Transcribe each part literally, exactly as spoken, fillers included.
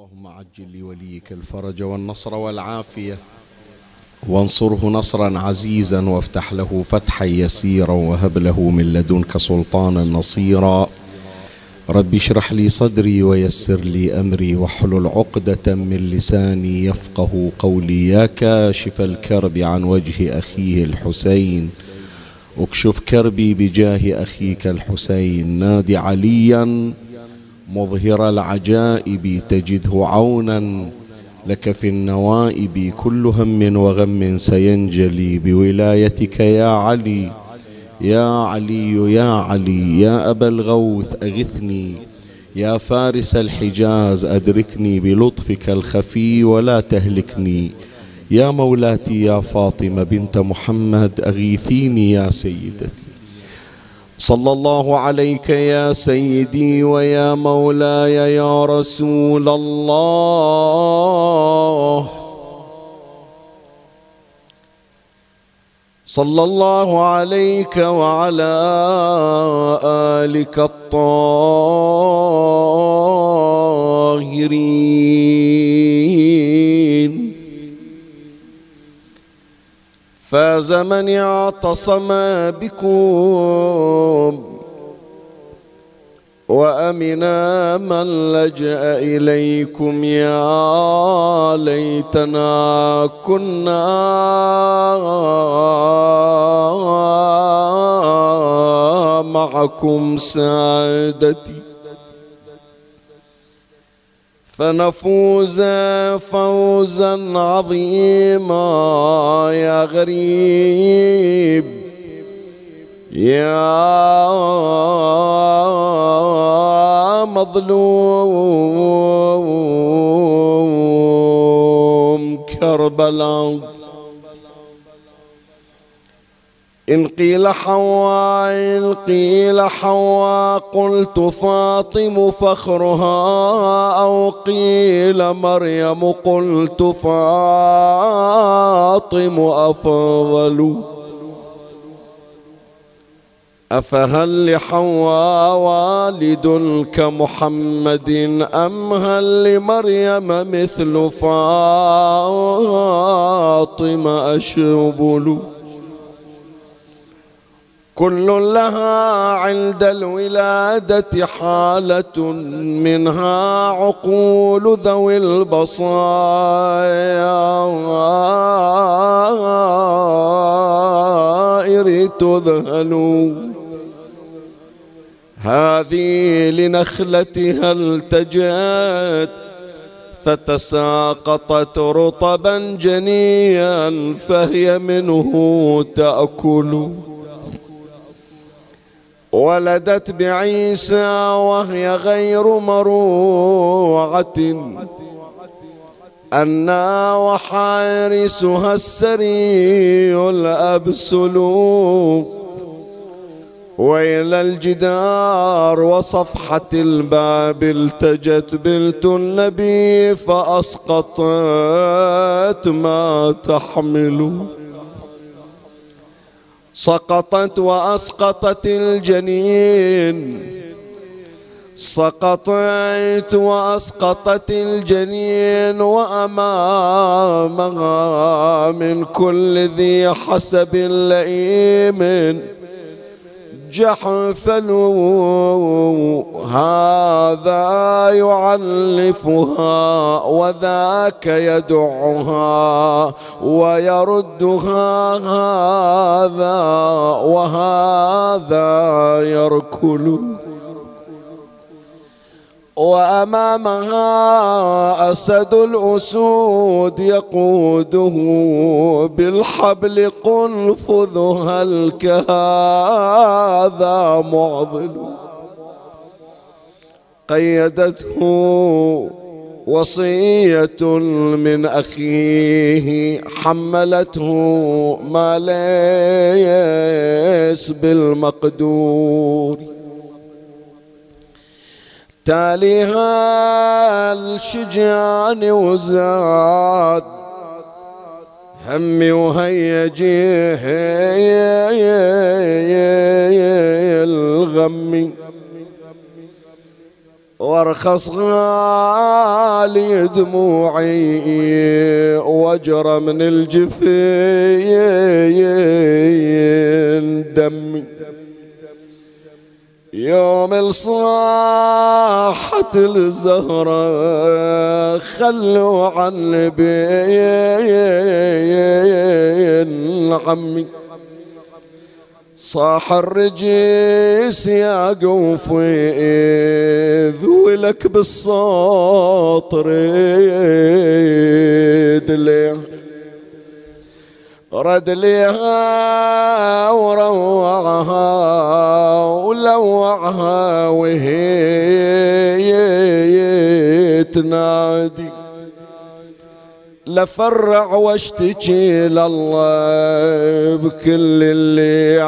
اللهم عجل لوليك الفرج والنصر والعافية، وانصره نصرا عزيزا، وافتح له فتحا يسيرا، وهب له من لدنك سلطانا نصيرا. رب اشرح لي صدري ويسر لي أمري، واحلل عقدة من لساني يفقه قولي. يا كاشف الكرب عن وجه أخيه الحسين، اكشف كربي بجاه أخيك الحسين. نادي عليا مظهر العجائب، تجده عونا لك في النوائب. كل هم وغم سينجلي بولايتك يا علي. يا علي يا علي يا أبا الغوث أغثني، يا فارس الحجاز أدركني بلطفك الخفي ولا تهلكني. يا مولاتي يا فاطمة بنت محمد أغيثيني يا سيدتي. صلى الله عليك يا سيدي ويا مولاي يا رسول الله. صلى الله عليك وعلى آلك الطاهرين. فاز من اعتصم بكم، وأمنا من لجأ إليكم. يا ليتنا كنا معكم سادتي، فنفوز فوزا عظيما. يا غريب يا مظلوم كربلاء. إن قيل حواء إن قيل حواء قلت فاطم فخرها، أو قيل مريم قلت فاطم أفضل. أفهل لحواء والد كمحمد، أم هل لمريم مثل فاطم أشبل. كل لها عند الولادة حالة، منها عقول ذوي البصائر تذهل. هذه لنخلتها التجت، فتساقطت رطبا جنيا، فهي منه تأكل. ولدت بعيسى وهي غير مروعة، أنا وحارسها السري الأبسل. وإلى الجدار وصفحة الباب التجت بنت النبي، فأسقطت ما تحمل. سقطت وأسقطت الجنين، سقطت وأسقطت الجنين، وأمامها من كل ذي حسب لئيم جحفل. هذا يعلفها وذاك يدعها ويردها، هذا وهذا يركل. وأمامها أسد الأسود يقوده بالحبل قنفذها الكهذا معضل. قيدته وصية من أخيه، حملته ما ليس بالمقدور. تاليها الشجان وزاد همي وهيجي الغمي، وارخص غالي دموعي واجرى من الجفين دمي يوم الصاحة الزهرة خلوا عن بين عمي صاح الرجيس يا قوفي ذولك بالصوت ريد ليه رد ليها وروعها ولوعها وهي تنادي لفرع واشتكي لله بكل اللي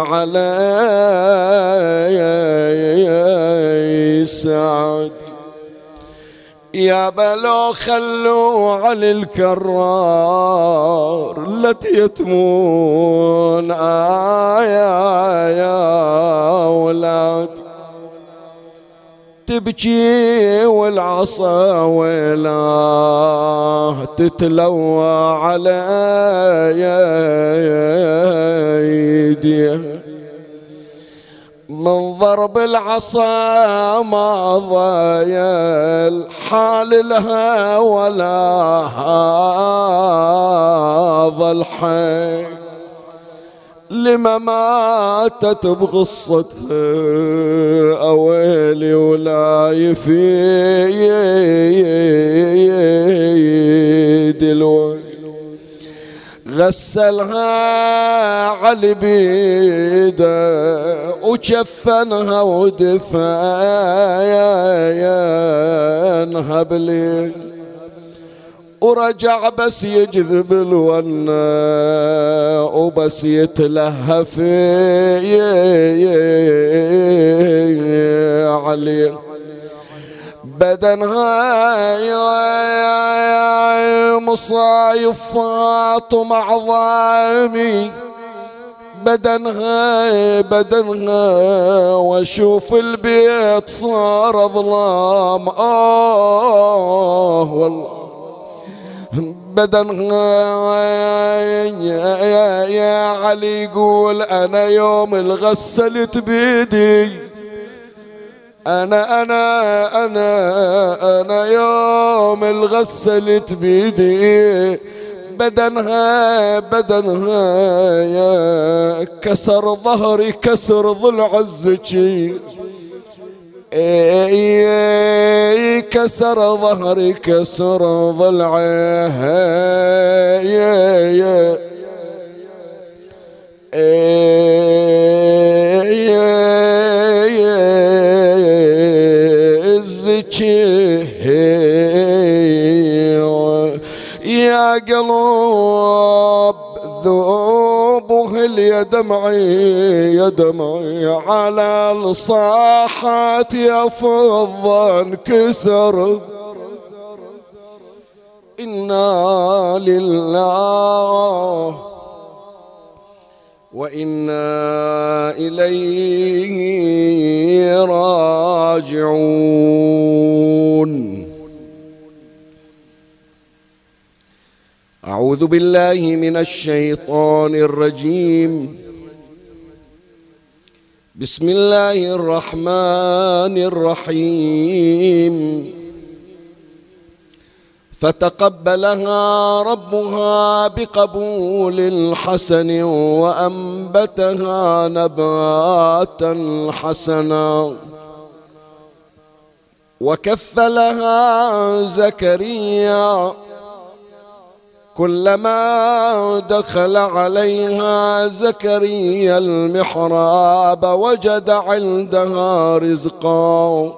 علي سعد يا بلو خلوا على الكرار لا تيتمون آيا يا ولاد تبكي والعصا ولا تتلوى على ايديها من ضرب العصا ما ضايل حال لها ولا هذا الحي لما ماتت بغصتها أويلي ولا يفيد الويل غسلها على بيده وشفنها ودفاينها بليل ورجع بس يجذب الونا وبس يتلهف عليه بدنها يا مصايف فاطمة عظامي بدنها بدنها واشوف البيت صار ظلام آه والله بدنها يا, يا علي يقول أنا يوم الغسلت بيدي أنا أنا أنا أنا يوم الغسلت بيدي بدنها بدنها يا كسر ظهري كسر ضلع الزكي اي كسر ظهري كسر ضلعه يا يا الزكي يا قلب ذوبه يا دمعي يا دمعي على الصاحات يا فضة انكسر إنا لله وإنا إليه راجعون. أعوذ بالله من الشيطان الرجيم. بسم الله الرحمن الرحيم. فتقبلها ربها بقبول حسن وأنبتها نباتا حسنا وكفلها زكريا كلما دخل عليها زكريا المحراب وجد عندها رزقا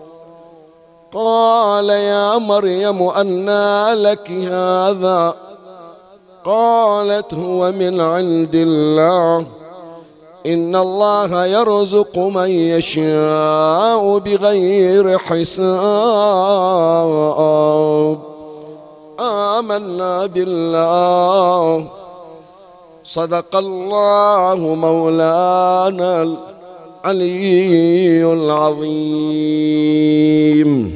قال يا مريم أنى لك هذا قالت هو من عند الله إن الله يرزق من يشاء بغير حساب آمنا بالله صدق الله مولانا العلي العظيم.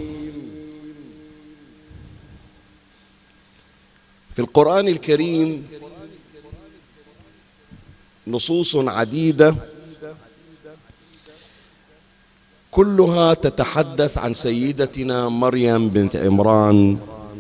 في القرآن الكريم نصوص عديدة كلها تتحدث عن سيدتنا مريم بنت عمران،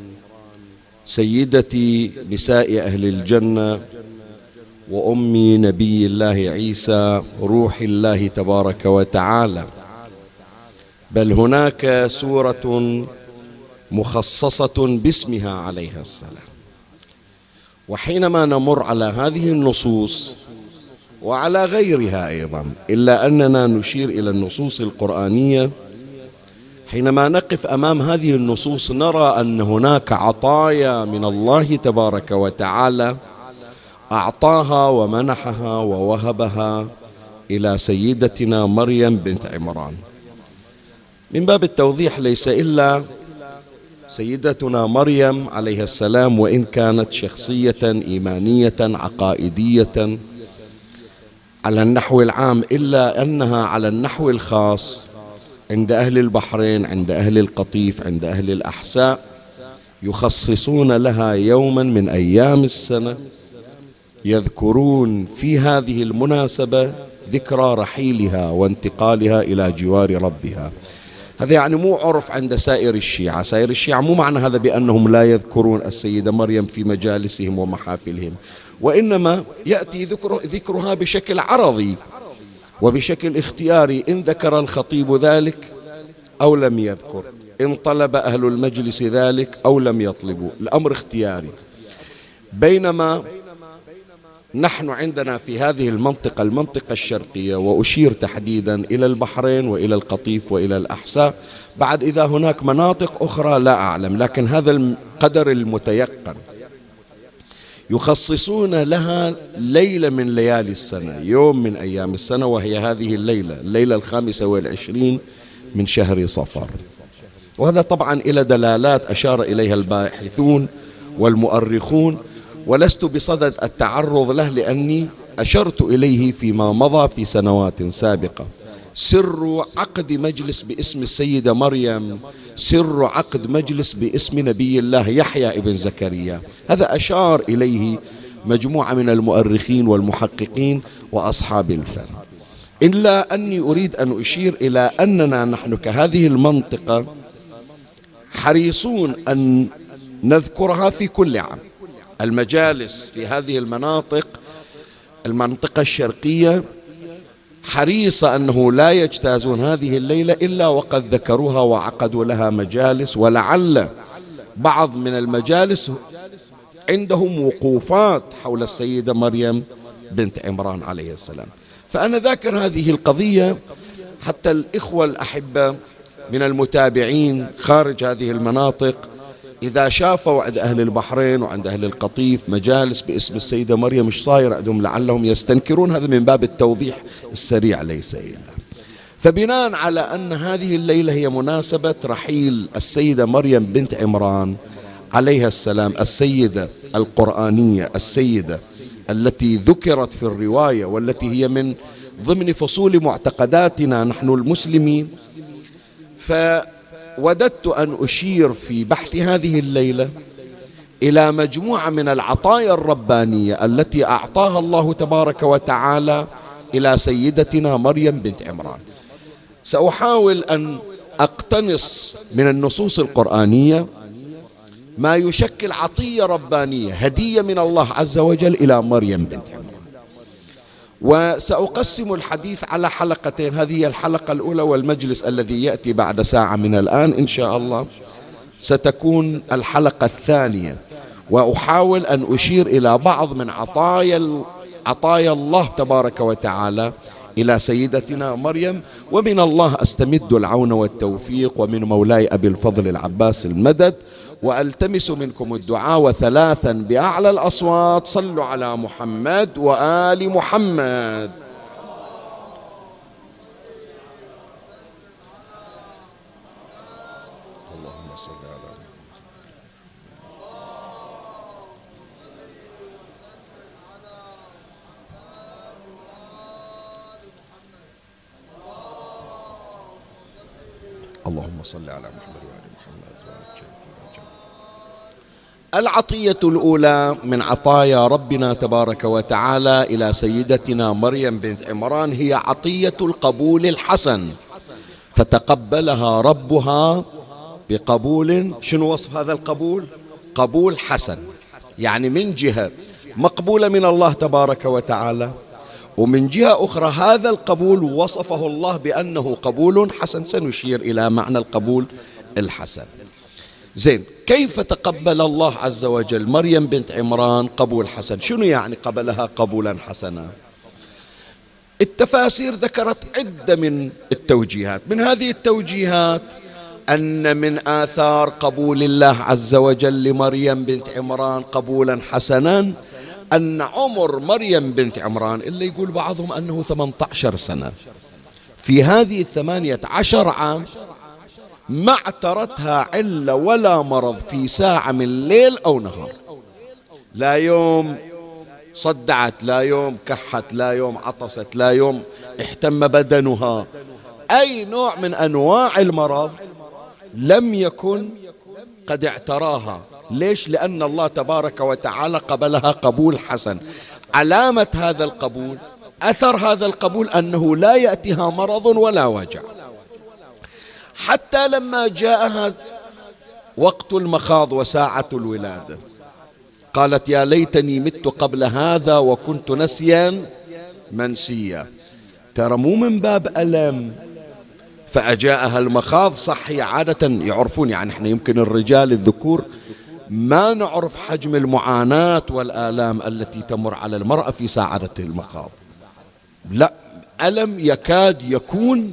سيدة نساء أهل الجنة وأم نبي الله عيسى روح الله تبارك وتعالى. بل هناك سورة مخصصة باسمها عليها السلام. وحينما نمر على هذه النصوص وعلى غيرها أيضا، إلا أننا نشير إلى النصوص القرآنية، حينما نقف أمام هذه النصوص نرى أن هناك عطايا من الله تبارك وتعالى أعطاها ومنحها ووهبها إلى سيدتنا مريم بنت عمران. من باب التوضيح، ليس إلا سيدتنا مريم عليها السلام وإن كانت شخصية إيمانية عقائدية على النحو العام، إلا أنها على النحو الخاص عند أهل البحرين، عند أهل القطيف، عند أهل الأحساء يخصصون لها يوما من أيام السنة يذكرون في هذه المناسبة ذكرى رحيلها وانتقالها إلى جوار ربها. هذا يعني مو عرف عند سائر الشيعة. سائر الشيعة مو معنى هذا بأنهم لا يذكرون السيدة مريم في مجالسهم ومحافلهم، وإنما يأتي ذكر ذكرها بشكل عرضي وبشكل اختياري، إن ذكر الخطيب ذلك أو لم يذكر، إن طلب أهل المجلس ذلك أو لم يطلبوا، الأمر اختياري. بينما نحن عندنا في هذه المنطقة، المنطقة الشرقية، وأشير تحديدا إلى البحرين وإلى القطيف وإلى الأحساء، بعد إذا هناك مناطق أخرى لا أعلم، لكن هذا القدر المتيقن يخصصون لها ليلة من ليالي السنة، يوم من أيام السنة، وهي هذه الليلة، الليلة الخامسة والعشرين من شهر صفر. وهذا طبعا إلى دلالات أشار إليها الباحثون والمؤرخون، ولست بصدد التعرض له لأني أشرت إليه فيما مضى في سنوات سابقة. سر عقد مجلس باسم السيدة مريم سر عقد مجلس باسم نبي الله يحيى ابن زكريا، هذا أشار إليه مجموعة من المؤرخين والمحققين وأصحاب الفن. إلا أني أريد أن أشير إلى أننا نحن كهذه المنطقة حريصون أن نذكرها في كل عام. المجالس في هذه المناطق، المنطقة الشرقية، حريصة أنه لا يجتازون هذه الليلة إلا وقد ذكروها وعقدوا لها مجالس، ولعل بعض من المجالس عندهم وقوفات حول السيدة مريم بنت عمران عليه السلام. فأنا ذاكر هذه القضية حتى الإخوة الأحبة من المتابعين خارج هذه المناطق إذا شافوا عند أهل البحرين وعند أهل القطيف مجالس باسم السيدة مريم مش صاير عندهم، لعلهم يستنكرون. هذا من باب التوضيح السريع ليس إلا. فبناء على أن هذه الليلة هي مناسبة رحيل السيدة مريم بنت عمران عليها السلام، السيدة القرآنية، السيدة التي ذكرت في الرواية والتي هي من ضمن فصول معتقداتنا نحن المسلمين، فوددت أن أشير في بحث هذه الليلة إلى مجموعة من العطايا الربانية التي أعطاها الله تبارك وتعالى إلى سيدتنا مريم بنت عمران. سأحاول أن أقتنص من النصوص القرآنية ما يشكل عطية ربانية، هدية من الله عز وجل إلى مريم بنت عمران. وسأقسم الحديث على حلقتين، هذه الحلقة الأولى والمجلس الذي يأتي بعد ساعة من الآن إن شاء الله ستكون الحلقة الثانية، وأحاول أن أشير إلى بعض من عطايا عطايا الله تبارك وتعالى إلى سيدتنا مريم، ومن الله أستمد العون والتوفيق، ومن مولاي أبي الفضل العباس المدد، وألتمس منكم الدعاء. وثلاثا بأعلى الأصوات صلوا على محمد وآل محمد. اللهم صل على اللهم صل على محمد وآل محمد وعجل فرجهم. العطية الأولى من عطايا ربنا تبارك وتعالى إلى سيدتنا مريم بنت عمران هي عطية القبول الحسن، فتقبلها ربها بقبول. شنو وصف هذا القبول؟ قبول حسن، يعني من جهة مقبولة من الله تبارك وتعالى، ومن جهة أخرى هذا القبول وصفه الله بأنه قبول حسن. سنشير إلى معنى القبول الحسن. زين، كيف تقبل الله عز وجل مريم بنت عمران قبول حسن؟ شنو يعني قبلها قبولا حسنا؟ التفاسير ذكرت عدة من التوجيهات. من هذه التوجيهات أن من آثار قبول الله عز وجل لمريم بنت عمران قبولا حسنا أن عمر مريم بنت عمران، اللي يقول بعضهم أنه ثمانية عشر سنة، في هذه الثمانية عشر عام ما اعترتها علة ولا مرض في ساعة من ليل أو نهار. لا يوم صدعت، لا يوم كحت، لا يوم عطست، لا يوم احتم بدنها. أي نوع من أنواع المرض لم يكن قد اعتراها. ليش؟ لأن الله تبارك وتعالى قبلها قبول حسن. علامة هذا القبول، أثر هذا القبول، أنه لا يأتيها مرض ولا وجع. حتى لما جاءها وقت المخاض وساعة الولادة قالت يا ليتني مت قبل هذا وكنت نسيا منسيا. ترى مو من باب ألم فأجاءها المخاض، صح، هي عادة يعرفون، يعني احنا يمكن الرجال الذكور ما نعرف حجم المعاناة والآلام التي تمر على المرأة في ساعة المخاض. لا، ألم يكاد يكون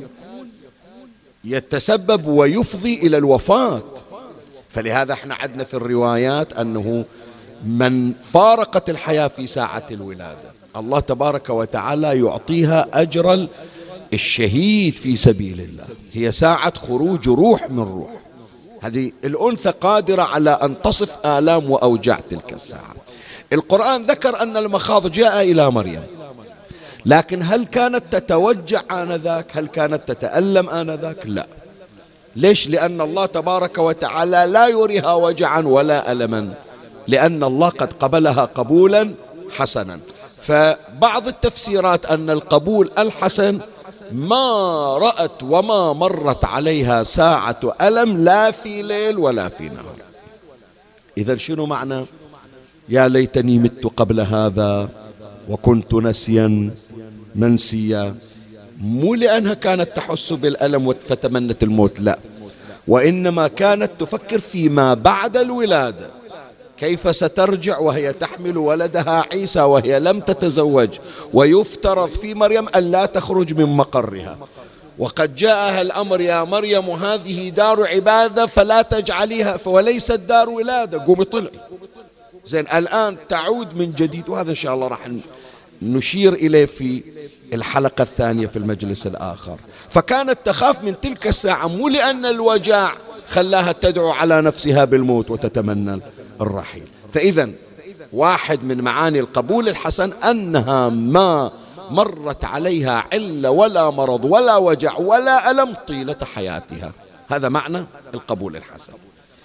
يتسبب ويفضي إلى الوفاة. فلهذا احنا عندنا في الروايات أنه من فارقت الحياة في ساعة الولادة الله تبارك وتعالى يعطيها أجر الشهيد في سبيل الله. هي ساعة خروج روح من روح. هذه الأنثى قادرة على أن تصف آلام وأوجاع تلك الساعة. القرآن ذكر أن المخاض جاء إلى مريم، لكن هل كانت تتوجع آنذاك؟ هل كانت تتألم آنذاك؟ لا. ليش؟ لأن الله تبارك وتعالى لا يريها وجعا ولا ألما، لأن الله قد قبلها قبولا حسنا. فبعض التفسيرات أن القبول الحسن ما رأت وما مرت عليها ساعة ألم لا في ليل ولا في نهار. إذن شنو معنى يا ليتني مت قبل هذا وكنت نسيا منسيا؟ مو لأنها كانت تحس بالألم فتمنت الموت، لا، وإنما كانت تفكر فيما بعد الولادة، كيف سترجع وهي تحمل ولدها عيسى وهي لم تتزوج، ويفترض في مريم أن لا تخرج من مقرها، وقد جاءها الأمر يا مريم هذه دار عبادة فلا تجعليها وليست دار ولادة، قومي طلعي. زين، الآن تعود من جديد، وهذا إن شاء الله راح نشير إليه في الحلقة الثانية في المجلس الآخر. فكانت تخاف من تلك الساعة، مو لأن الوجاع خلاها تدعو على نفسها بالموت وتتمنى الرحيل. فإذا واحد من معاني القبول الحسن أنها ما مرت عليها علة ولا مرض ولا وجع ولا ألم طيلة حياتها. هذا معنى القبول الحسن.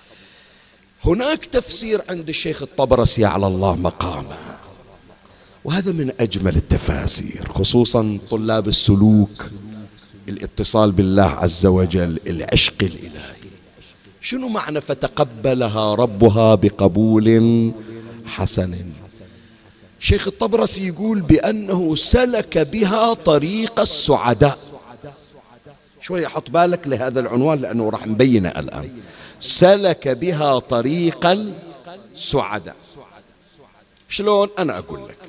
هناك تفسير عند الشيخ الطبرسي على الله مقامه، وهذا من أجمل التفاسير، خصوصا طلاب السلوك، الاتصال بالله عز وجل، العشق الإلهي. شنو معنى فتقبلها ربها بقبول حسن؟ شيخ الطبرسي يقول بأنه سلك بها طريق السعداء. شوية حط بالك لهذا العنوان لأنه راح نبينه الآن. سلك بها طريق السعداء. شلون؟ أنا أقول لك.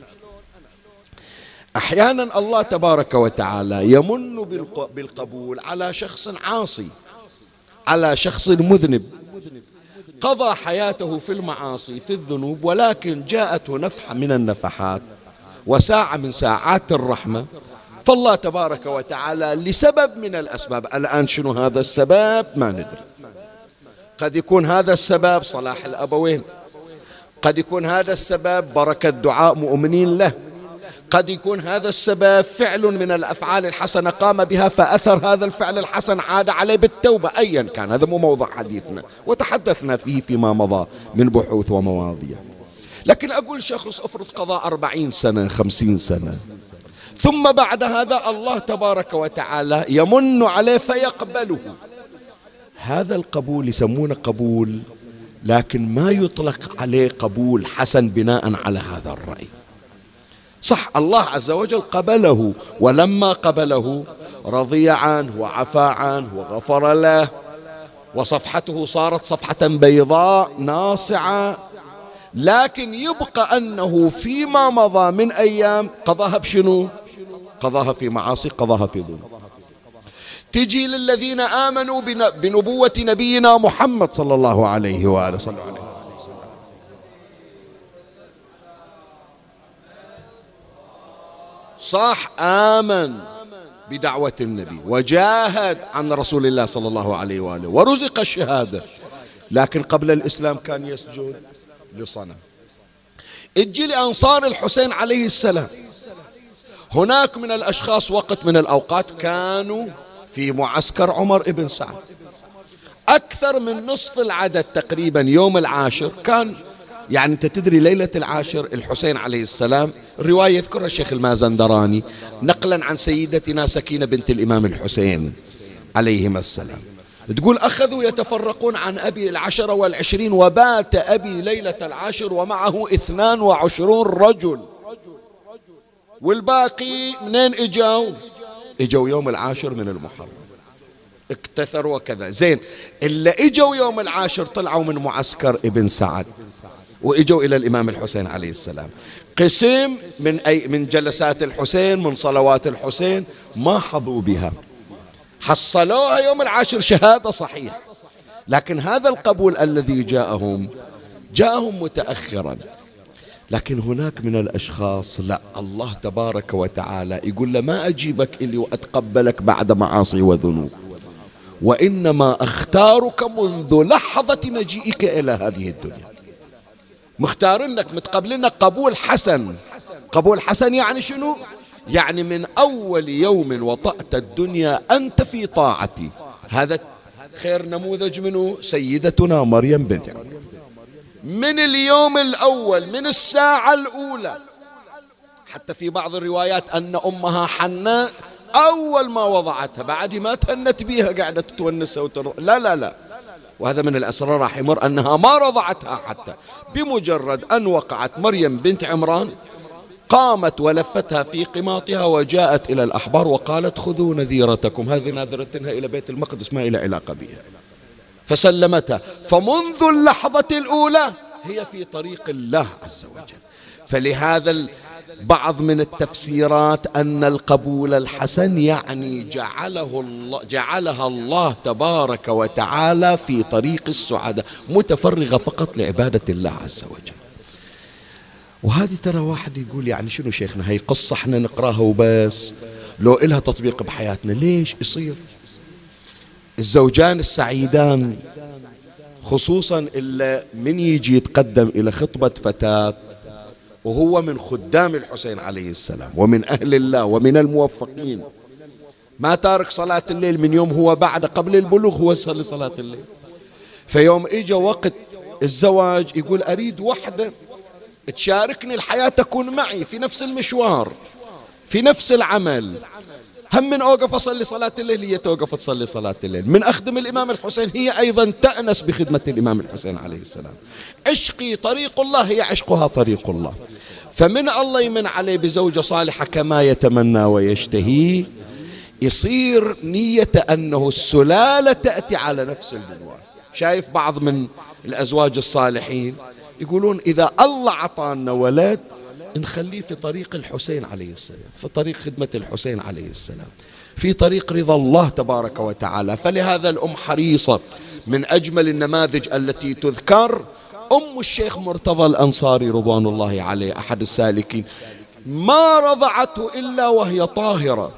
أحيانا الله تبارك وتعالى يمن بالقبول على شخص عاصي، على شخص مذنب قضى حياته في المعاصي في الذنوب، ولكن جاءته نفحة من النفحات وساعة من ساعات الرحمة، فالله تبارك وتعالى لسبب من الأسباب، الآن شنو هذا السبب ما ندري، قد يكون هذا السبب صلاح الأبوين، قد يكون هذا السبب بركة دعاء مؤمنين له، قد يكون هذا السبب فعل من الأفعال الحسنة قام بها، فأثر هذا الفعل الحسن عاد عليه بالتوبة، أيا كان، هذا مو موضوع حديثنا وتحدثنا فيه فيما مضى من بحوث ومواضيع. لكن أقول شخص افرض قضاء أربعين سنة خمسين سنة، ثم بعد هذا الله تبارك وتعالى يمن عليه فيقبله، هذا القبول يسمونه قبول، لكن ما يطلق عليه قبول حسن بناء على هذا الرأي. صح الله عز وجل قبله، ولما قبله رضي عنه وعفى عنه وغفر له، وصفحته صارت صفحة بيضاء ناصعة، لكن يبقى أنه فيما مضى من أيام قضاها بشنو؟ قضاها في معاصي، قضاها في ذنوب. تجي للذين آمنوا بنبوة نبينا محمد صلى الله عليه وآله صلى الله عليه وسلم، صح آمن بدعوة النبي وجاهد عن رسول الله صلى الله عليه وآله ورزق الشهادة، لكن قبل الإسلام كان يسجد لصنم. اجي لأنصار الحسين عليه السلام، هناك من الأشخاص وقت من الأوقات كانوا في معسكر عمر بن سعد، أكثر من نصف العدد تقريبا يوم العاشر كان، يعني أنت تدري ليلة العاشر الحسين عليه السلام، الرواية يذكرها الشيخ المازندراني نقلا عن سيدتنا سكينة بنت الإمام الحسين عليهما السلام، تقول أخذوا يتفرقون عن أبي العشرة والعشرين، وبات أبي ليلة العاشر ومعه اثنان وعشرون رجل، والباقي منين إجاوا؟ إجوا يوم العاشر من المحرم، اكتثروا وكذا. زين، إلا إجوا يوم العاشر طلعوا من معسكر ابن سعد وإجوا إلى الإمام الحسين عليه السلام، قسم من أي من جلسات الحسين من صلوات الحسين ما حظوا بها، حصلوها يوم العاشر شهادة صحيح، لكن هذا القبول الذي جاءهم جاءهم متأخرا. لكن هناك من الأشخاص لا، الله تبارك وتعالى يقول له ما أجيبك إلي وأتقبلك بعد معاصي وذنوب، وإنما أختارك منذ لحظة مجيئك إلى هذه الدنيا، مختارنك متقبلنك قبول حسن. قبول حسن يعني شنو؟ يعني من أول يوم وطأت الدنيا أنت في طاعتي. هذا خير نموذج منه سيدتنا مريم بنت عمران، من اليوم الأول من الساعة الأولى، حتى في بعض الروايات أن أمها حناء أول ما وضعتها بعد ما تهنت بيها قاعدة تتونسها وتر... لا لا لا، وهذا من الأسرار راح يمر أنها ما رضعتها، حتى بمجرد أن وقعت مريم بنت عمران قامت ولفتها في قماطها وجاءت إلى الأحبار وقالت خذوا نذيرتكم، هذه ناذرتها إلى بيت المقدس ما إلى علاقة بها، فسلمتها. فمنذ اللحظة الأولى هي في طريق الله عز وجل. فلهذا بعض من التفسيرات أن القبول الحسن يعني جعله الله جعلها الله تبارك وتعالى في طريق السعادة، متفرغة فقط لعبادة الله عز وجل. وهذه ترى واحد يقول يعني شنو شيخنا، هي قصة احنا نقراها وبس، لو إلها تطبيق بحياتنا ليش يصير؟ الزوجان السعيدان خصوصا إلا من يجي يتقدم إلى خطبة فتاة وهو من خدام الحسين عليه السلام ومن أهل الله ومن الموفقين، ما تارك صلاة الليل من يوم هو بعد قبل البلوغ هو يصلي صلاة الليل، فيوم إجا وقت الزواج يقول أريد وحدة تشاركني الحياة، تكون معي في نفس المشوار في نفس العمل، هم من أوقف أصلي صلاة الليل هي توقف تصلي صلاة الليل، من أخدم الإمام الحسين هي أيضا تأنس بخدمة الإمام الحسين عليه السلام، عشقي طريق الله هي عشقها طريق الله. فمن الله يمن عليه بزوجة صالحة كما يتمنى ويشتهي، يصير نية أنه السلالة تأتي على نفس المنوال. شايف بعض من الأزواج الصالحين يقولون إذا الله عطانا ولد نخليه في طريق الحسين عليه السلام، في طريق خدمة الحسين عليه السلام، في طريق رضا الله تبارك وتعالى. فلهذا الأم حريصة، من أجمل النماذج التي تذكر أم الشيخ مرتضى الأنصاري رضوان الله عليه، أحد السالكين، ما رضعته إلا وهي طاهرة،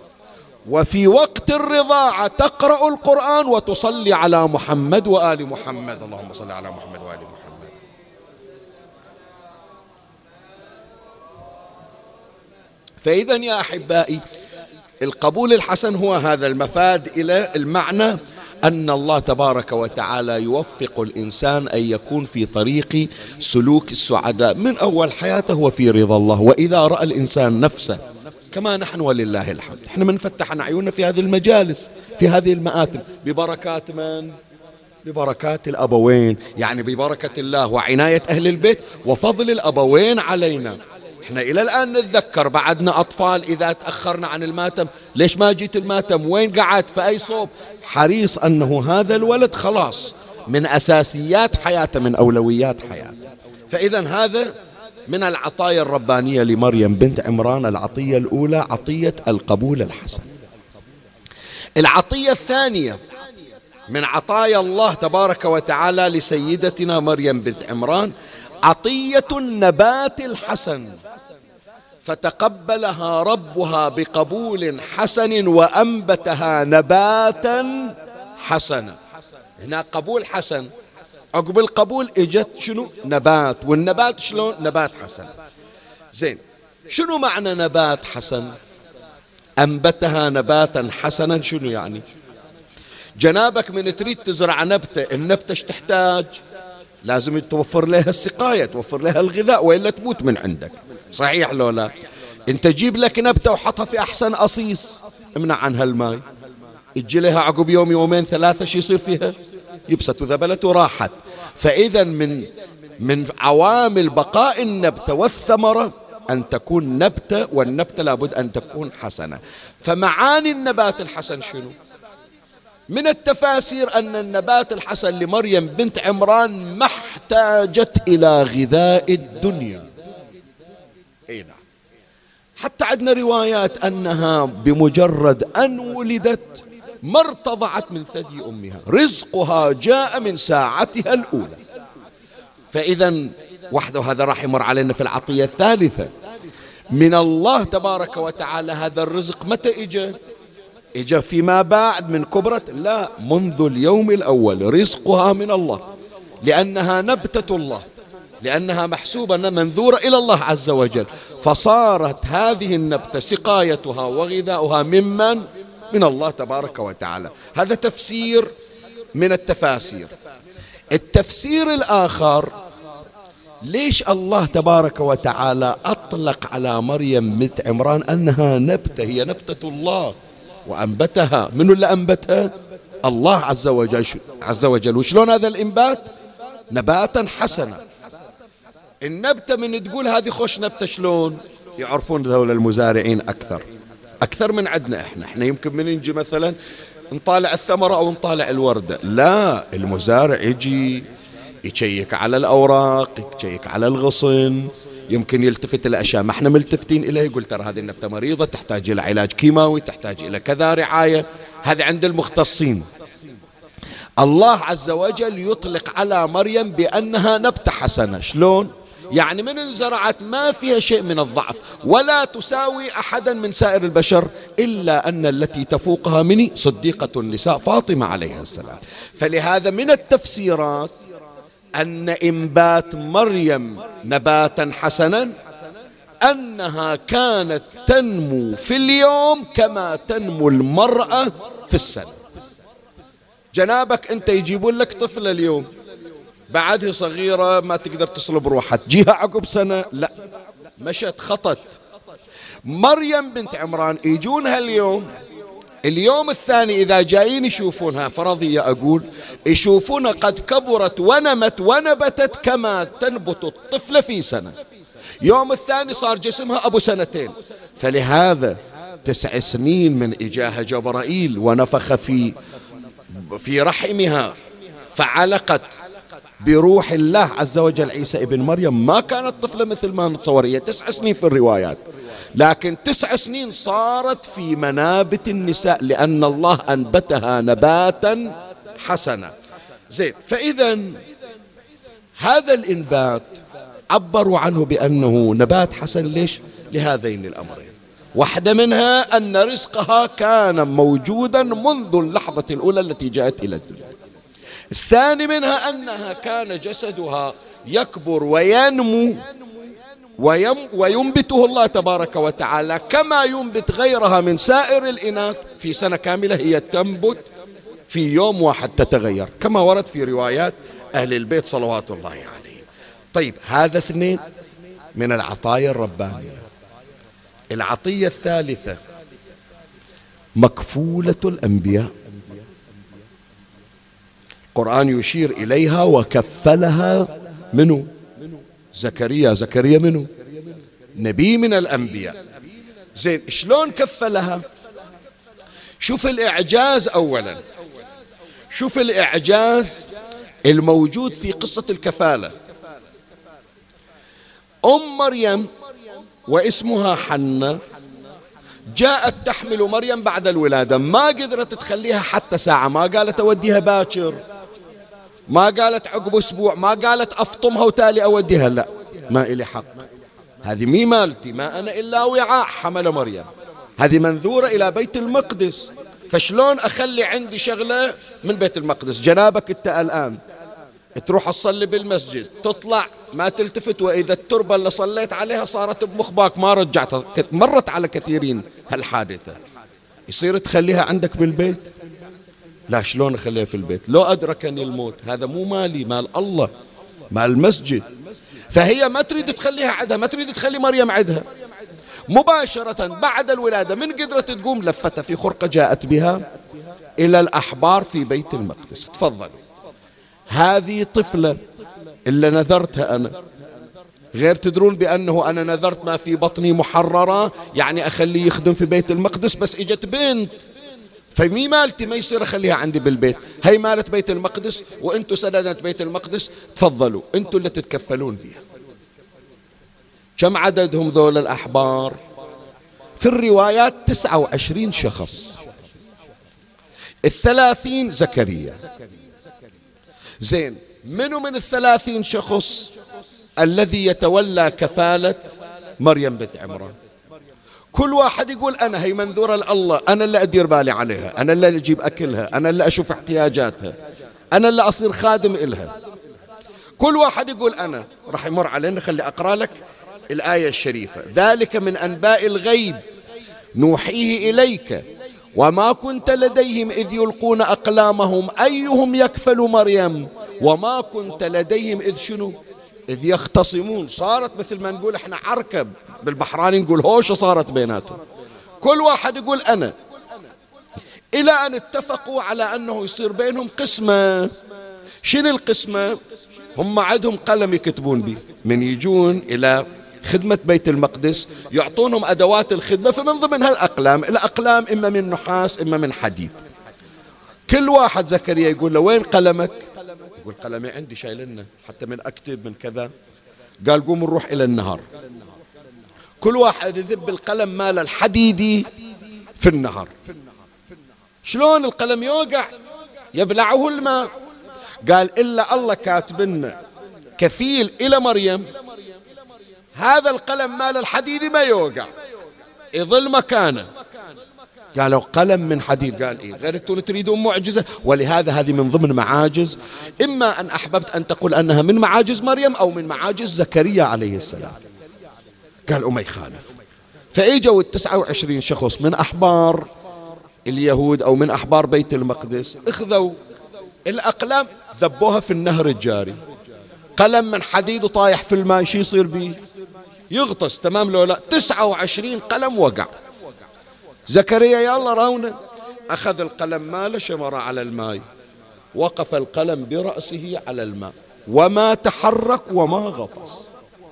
وفي وقت الرضاعة تقرأ القرآن وتصلي على محمد وآل محمد، اللهم صل على محمد وآل محمد. فإذا يا أحبائي القبول الحسن هو هذا المفاد إلى المعنى أن الله تبارك وتعالى يوفق الإنسان أن يكون في طريق سلوك السعداء من أول حياته وفي رضا الله. وإذا رأى الإنسان نفسه كما نحن ولله الحمد، احنا من فتحنا عيوننا في هذه المجالس في هذه المآتم ببركات من؟ ببركات الأبوين، يعني ببركة الله وعناية أهل البيت وفضل الأبوين علينا. احنا إلى الآن نتذكر بعدنا أطفال إذا تأخرنا عن الماتم، ليش ما جيت الماتم؟ وين قعدت؟ في أي صوب؟ حريص أنه هذا الولد خلاص من أساسيات حياته، من أولويات حياته. فإذا هذا من العطايا الربانية لمريم بنت عمران. العطية الأولى عطية القبول الحسن. العطية الثانية من عطايا الله تبارك وتعالى لسيدتنا مريم بنت عمران عطية النبات الحسن، فتقبلها ربها بقبول حسن وأنبتها نباتا حسنا. هنا قبول حسن، عقب القبول اجت شنو؟ نبات. والنبات شلون؟ نبات حسن. زين، شنو معنى نبات حسن؟ أنبتها نباتا حسنا شنو يعني؟ جنابك من تريد تزرع نبتة، النبتة ايش تحتاج؟ لازم توفر لها السقاية، توفر لها الغذاء، وإلا تموت من عندك. صحيح لو لا؟ انت جيب لك نبتة وحطها في أحسن أصيص، امنع عنها الماء، يجي لها عقب يوم يومين ثلاثة شو يصير فيها؟ يبست وذبلت وراحت. فإذا من من عوامل بقاء النبتة والثمرة أن تكون نبتة، والنبتة لابد أن تكون حسنة. فمعاني النبات الحسن شنو؟ من التفاسير أن النبات الحسن لمريم بنت عمران ما احتاجت إلى غذاء الدنيا. اي نعم، حتى عندنا روايات أنها بمجرد أن ولدت ما ارتضعت من ثدي أمها، رزقها جاء من ساعتها الأولى. فإذا وحده هذا راح يمر علينا في العطية الثالثة من الله تبارك وتعالى. هذا الرزق متى إجا؟ إجا فيما بعد من كبرت؟ لا، منذ اليوم الأول رزقها من الله، لأنها نبتة الله، لأنها محسوبة منذورة إلى الله عز وجل. فصارت هذه النبتة سقايتها وغذاؤها ممن؟ من الله تبارك وتعالى. هذا تفسير من التفاسير. التفسير الآخر، ليش الله تبارك وتعالى أطلق على مريم بنت عمران أنها نبتة؟ هي نبتة الله وأنبتها. من اللي أنبتها؟ الله عز وجل عز وجل. وشلون هذا الإنبات؟ نباتا حسنا. النبتة من تقول هذه خوش نبتة، شلون يعرفون ذول المزارعين أكثر أكثر من عندنا إحنا. إحنا يمكن من نجي مثلا نطالع الثمرة أو نطالع الوردة، لا، المزارع يجي يشيك على الأوراق، يشيك على الغصن، يمكن يلتفت الأشياء ما احنا ملتفتين إليه، يقول ترى هذه النبتة مريضة، تحتاج إلى علاج كيماوي، تحتاج إلى كذا رعاية. هذه عند المختصين. الله عز وجل يطلق على مريم بأنها نبتة حسنة. شلون؟ يعني من انزرعت ما فيها شيء من الضعف، ولا تساوي أحدا من سائر البشر، إلا أن التي تفوقها مني صديقة النساء فاطمة عليها السلام. فلهذا من التفسيرات أن إنبات مريم نباتا حسنا أنها كانت تنمو في اليوم كما تنمو المرأة في السنة. جنابك أنت يجيبون لك طفلة اليوم بعدها صغيرة ما تقدر تصلب روحها، تجيها عقب سنة لا، مشت خطت. مريم بنت عمران يجونها اليوم، اليوم الثاني إذا جايين يشوفونها فرضية أقول، يشوفونها قد كبرت ونمت ونبتت كما تنبت الطفلة في سنة. يوم الثاني صار جسمها أبو سنتين. فلهذا تسع سنين من إجاها جبرائيل ونفخ في في رحمها فعلقت بروح الله عز وجل عيسى ابن مريم. ما كانت طفلة مثل ما نتصور، هي تسع سنين في الروايات، لكن تسع سنين صارت في منابت النساء لأن الله أنبتها نباتا حسنا. زين، فإذا هذا الإنبات عبروا عنه بأنه نبات حسن. ليش؟ لهذين الأمرين. واحدة منها أن رزقها كان موجودا منذ اللحظة الأولى التي جاءت إلى الدنيا. الثاني منها أنها كان جسدها يكبر وينمو وينبته الله تبارك وتعالى كما ينبت غيرها من سائر الإناث في سنة كاملة، هي تنبت في يوم واحد تتغير كما ورد في روايات أهل البيت صلوات الله عليهم. طيب هذا اثنين من العطايا الربانية. العطية الثالثة مكفولة الأنبياء، القرآن يشير إليها وكفلها منه زكريا. زكريا منه نبي من الأنبياء. زين شلون كفلها؟ شوف الإعجاز أولا، شوف الإعجاز الموجود في قصة الكفالة. أم مريم واسمها حنة جاءت تحمل مريم بعد الولادة، ما قدرت تخليها حتى ساعة، ما قالت أوديها باكر، ما قالت عقب أسبوع، ما قالت أفطمها وتالي أوديها، لا ما إلي حق، هذه مي مالتي، ما أنا إلا وعاء حمل مريم، هذه منذورة إلى بيت المقدس، فشلون أخلي عندي شغلة من بيت المقدس؟ جنابك أنت الآن تروح تصلي بالمسجد، تطلع ما تلتفت، وإذا التربة اللي صليت عليها صارت بمخباك ما رجعتها، مرت على كثيرين هالحادثة، يصير تخليها عندك بالبيت؟ لا، شلون أخليها في البيت؟ لو أدركني الموت، هذا مو مالي، مال الله، مال المسجد. فهي ما تريد تخليها عدها، ما تريد تخلي مريم عدها. مباشرة بعد الولادة من قدرت تقوم لفتها في خرقة جاءت بها إلى الأحبار في بيت المقدس. تفضلوا، هذه طفلة إلا نذرتها أنا، غير تدرون بأنه أنا نذرت ما في بطني محررة، يعني أخليه يخدم في بيت المقدس، بس إجت بنت فمي مالتي، ما يصير أخليها عندي بالبيت، هي مالة بيت المقدس وإنتوا سندة بيت المقدس، تفضلوا إنتوا اللي تتكفلون بها. كم عددهم ذول الأحبار؟ في الروايات تسعة وعشرين شخص، الثلاثين زكريا. زين، منو من الثلاثين شخص الذي يتولى كفالة مريم بنت عمران؟ كل واحد يقول أنا هي منذورة لله، أنا اللي أدير بالي عليها، أنا اللي أجيب أكلها، أنا اللي أشوف احتياجاتها، أنا اللي أصير خادم إلها. كل واحد يقول أنا. راح يمر علينا، خلي أقرأ لك الآية الشريفة: ذلك من أنباء الغيب نوحيه إليك وما كنت لديهم إذ يلقون أقلامهم أيهم يكفل مريم وما كنت لديهم إذ شنو؟ إذ يختصمون. صارت مثل ما نقول إحنا عركب بالبحراني، نقول هوشة صارت بيناتهم، كل واحد يقول أنا، إلى أن اتفقوا على أنه يصير بينهم قسمة. شنو القسمة؟ هم عندهم قلم يكتبون به، من يجون إلى خدمة بيت المقدس يعطونهم أدوات الخدمة، فمن ضمن هالأقلام، الأقلام إما من نحاس إما من حديد. كل واحد زكريا يقول له وين قلمك؟ يقول قلمي عندي شايلنا حتى من أكتب من كذا. قال قوم نروح إلى النهر، كل واحد يذب القلم مال الحديدي في النهر. شلون القلم يوقع؟ يبلعه الماء. قال إلا الله كاتبنا كفيل إلى مريم، هذا القلم مال الحديد ما يوقع، يظل مكانه. قالوا قلم من حديد، قال إيه؟ غير أنتم تريدون معجزة؟ ولهذا هذه من ضمن معاجز، إما أن أحببت أن تقول أنها من معاجز مريم أو من معاجز زكريا عليه السلام. قالوا ما يخالف. فإجوا التسعة وعشرين شخص من أحبار اليهود أو من أحبار بيت المقدس، اخذوا الأقلام ذبوها في النهر الجاري. قلم من حديد وطايح في الماء، شي يصير بيه؟ يغطس تمام لو لا. تسعة وعشرين قلم وقع. زكريا يا الله راونا، أخذ القلم ماله شمر على الماء، وقف القلم برأسه على الماء وما تحرك وما غطس.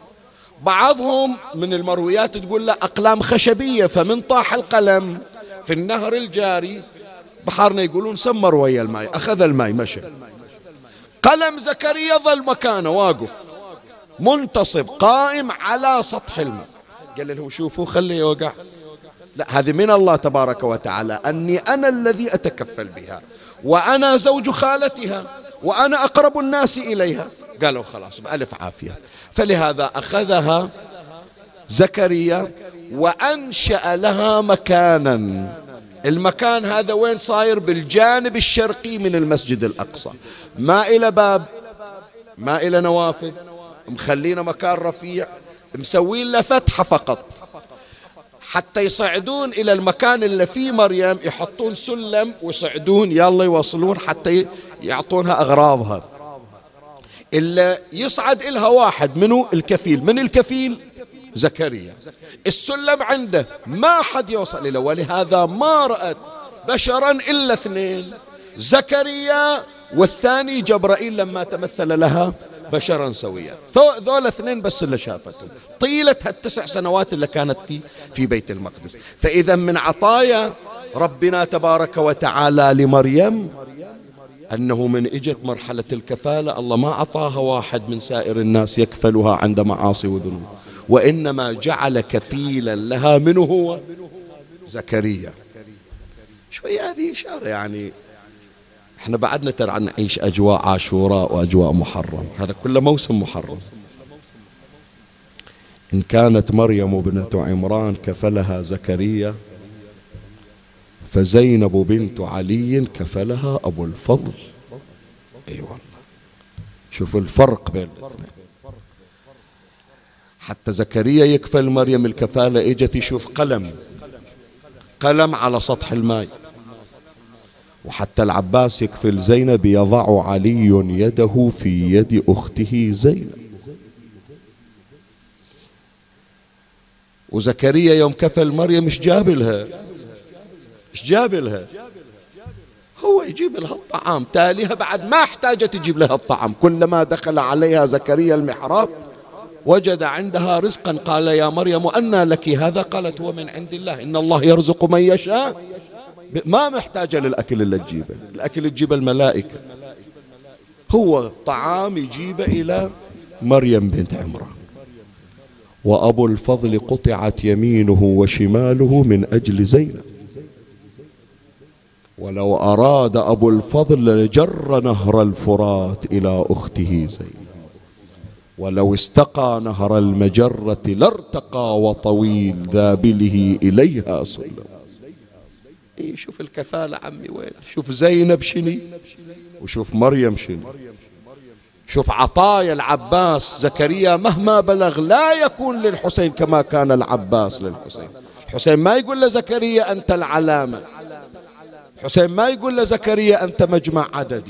بعضهم من المرويات تقول لا أقلام خشبية، فمن طاح القلم في النهر الجاري بحرنا يقولون سمر ويا الماء، أخذ الماء مشى. قلم زكريا ظل مكانه واقف منتصب قائم على سطح الماء. قال لهم شوفوا خليه يوقع، لا هذه من الله تبارك وتعالى، أني أنا الذي أتكفل بها وأنا زوج خالتها وأنا أقرب الناس إليها. قالوا خلاص بألف عافية. فلهذا أخذها زكريا وأنشأ لها مكانا. المكان هذا وين صاير؟ بالجانب الشرقي من المسجد الأقصى، ما إلى باب ما إلى نوافذ، مخلينا مكان رفيع، مسوين له فتحة فقط حتى يصعدون إلى المكان اللي فيه مريم، يحطون سلم ويصعدون يلا يوصلون حتى يعطونها أغراضها. إلا يصعد إلها واحد، منو؟ الكفيل. من الكفيل؟ زكريا. السلم عنده ما حد يوصل إليه، ولهذا ما رأت بشرا إلا اثنين، زكريا والثاني جبرائيل لما تمثل لها بشرا سويا. ذول اثنين بس اللي شافتهم طيلة هالتسع سنوات اللي كانت في في بيت المقدس. فإذا من عطايا ربنا تبارك وتعالى لمريم أنه من إجت مرحلة الكفالة الله ما أعطاها واحد من سائر الناس يكفلها عند معاصي وذنوب، وإنما جعل كفيلا لها منه هو زكريا. شوي هذه إشارة، يعني احنا بعدنا ترى نعيش أجواء عاشوراء وأجواء محرم، هذا كله موسم محرم. إن كانت مريم ابنة عمران كفلها زكريا، فزينب بنت علي كفلها أبو الفضل. أي أيوة والله، شوف الفرق بين الاثنين. حتى زكريا يكفل مريم الكفالة، اجت يشوف قلم قلم على سطح الماء. وحتى العباس يكفل زينب يضع علي يده في يد أخته زينب. وزكريا يوم كفل مريم مش جاب لها مش جاب لها هو يجيب لها الطعام، تاليها بعد ما احتاجت تجيب لها الطعام. كلما دخل عليها زكريا المحراب وجد عندها رزقا قال يا مريم أنى لك هذا؟ قالت هو من عند الله، إن الله يرزق من يشاء. ما محتاجة للأكل اللي تجيبه، الأكل تجيب الملائكة. هو طعام يجيبه إلى مريم بنت عمران. وأبو الفضل قطعت يمينه وشماله من أجل زينب، ولو أراد أبو الفضل لجر نهر الفرات إلى أخته زينب، ولو استقى نهر المجرة لارتقى وطويل ذابله إليها سلم. إيه شوف الكفالة عمي وين، شوف زينب شني وشوف مريم شني. شوف عطايا العباس زكريا مهما بلغ لا يكون للحسين كما كان العباس للحسين. الحسين ما يقول لزكريا أنت العلامة، الحسين ما يقول لزكريا أنت مجمع عددي.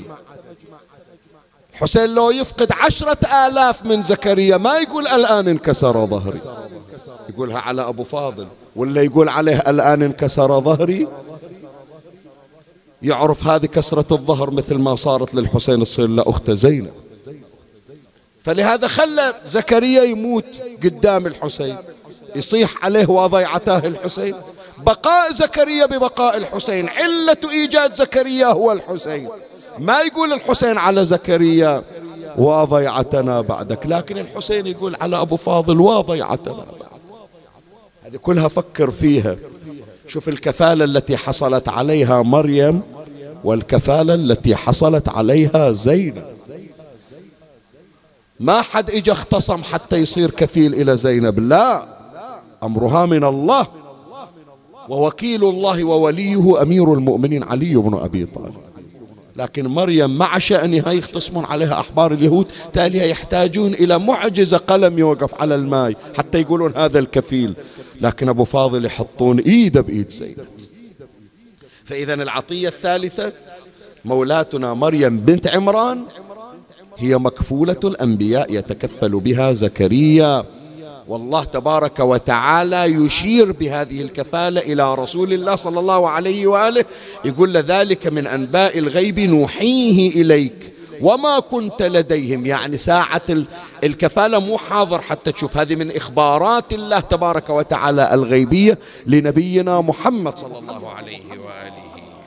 حسين لو يفقد عشرة آلاف من زكريا ما يقول الآن انكسر ظهري، يقولها على أبو فاضل. ولا يقول عليه الآن انكسر ظهري، يعرف هذه كسرة الظهر مثل ما صارت للحسين تصير لأخته زينب. فلهذا خلى زكريا يموت قدام الحسين، يصيح عليه وضيعته الحسين. بقاء زكريا ببقاء الحسين، علة إيجاد زكريا هو الحسين. ما يقول الحسين على زكريا وضيعتنا بعدك، لكن الحسين يقول على أبو فاضل وضيعتنا بعدك. هذه كلها فكر فيها. شوف الكفالة التي حصلت عليها مريم والكفالة التي حصلت عليها زينب. ما حد اجى اختصم حتى يصير كفيل إلى زينب، لا، أمرها من الله، ووكيل الله ووليه أمير المؤمنين علي بن أبي طالب. لكن مريم مع شأنها يختصمون عليها أحبار اليهود، تاليها يحتاجون إلى معجزة قلم يوقف على الماء حتى يقولون هذا الكفيل. لكن أبو فاضل يحطون إيده بإيد زينب. فإذا العطية الثالثة مولاتنا مريم بنت عمران هي مكفولة الأنبياء يتكفل بها زكريا. والله تبارك وتعالى يشير بهذه الكفالة إلى رسول الله صلى الله عليه وآله، يقول لذلك من أنباء الغيب نوحيه إليك وما كنت لديهم، يعني ساعة الكفالة مو حاضر حتى تشوف. هذه من إخبارات الله تبارك وتعالى الغيبية لنبينا محمد صلى الله عليه وآله.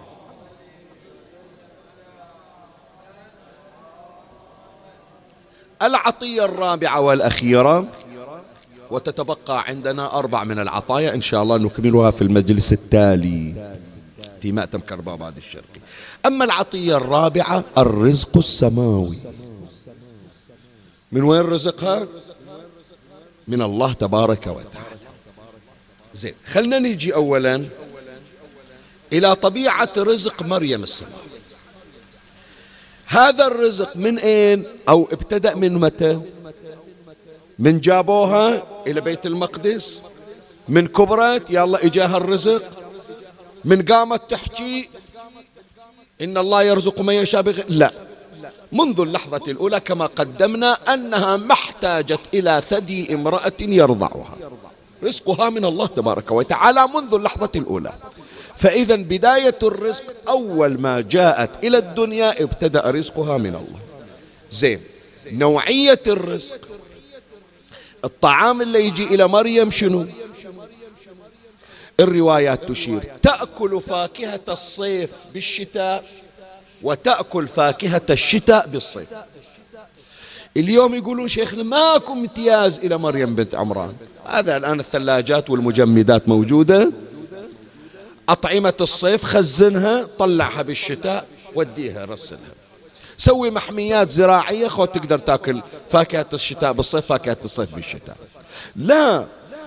العطية الرابعة والأخيرة، وتتبقى عندنا أربع من العطايا إن شاء الله نكملها في المجلس التالي في مأتم كرباباد الشرقي. أما العطية الرابعة الرزق السماوي. من وين رزقها؟ من الله تبارك وتعالى. زين، خلنا نيجي أولا إلى طبيعة رزق مريم السماوي. هذا الرزق من أين أو ابتدأ من متى؟ من جابوها إلى بيت المقدس، من كبرت يلا إجاها الرزق، من قامت تحكي إن الله يرزق من يشاء بغير، لا، منذ اللحظة الأولى كما قدمنا أنها ما احتاجت إلى ثدي امرأة يرضعها، رزقها من الله تبارك وتعالى منذ اللحظة الأولى. فإذا بداية الرزق أول ما جاءت إلى الدنيا ابتدأ رزقها من الله. زين، نوعية الرزق، الطعام اللي يجي إلى مريم شنو؟ الروايات تشير تأكل فاكهة الصيف بالشتاء وتأكل فاكهة الشتاء بالصيف. اليوم يقولون شيخنا ماكو امتياز إلى مريم بنت عمران، هذا الآن الثلاجات والمجمدات موجودة، أطعمة الصيف خزنها، طلعها بالشتاء وديها رسلها، سوي محميات زراعية خو تقدر تاكل فاكهة الشتاء بالصيف فاكهة الصيف بالشتاء. لا،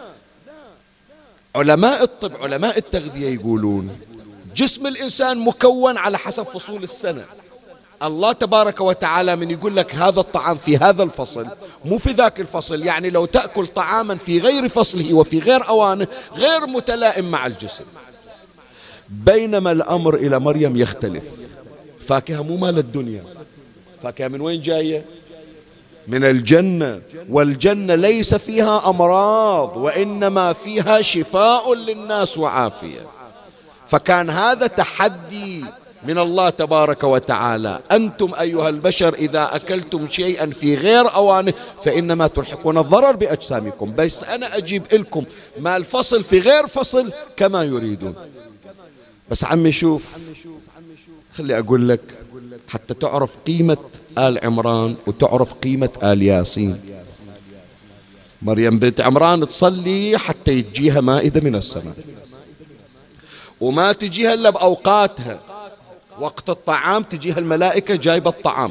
علماء الطب علماء التغذية يقولون جسم الإنسان مكون على حسب فصول السنة. الله تبارك وتعالى من يقول لك هذا الطعام في هذا الفصل مو في ذاك الفصل، يعني لو تأكل طعاما في غير فصله وفي غير أوانه غير متلائم مع الجسم. بينما الأمر إلى مريم يختلف، فاكهة مو مال الدنيا، فاكهة من وين جاية؟ من الجنة، والجنة ليس فيها أمراض وإنما فيها شفاء للناس وعافية. فكان هذا تحدي من الله تبارك وتعالى، أنتم أيها البشر إذا أكلتم شيئا في غير أوانه فإنما تلحقون الضرر بأجسامكم، بس أنا أجيب لكم ما الفصل في غير فصل كما يريدون. بس عمي شوف، خلي أقول لك حتى تعرف قيمة آل عمران وتعرف قيمة آل ياسين. مريم بنت عمران تصلي حتى يجيها مائدة من السماء، وما تجيها إلا بأوقاتها، وقت الطعام تجيها الملائكة جايبة الطعام.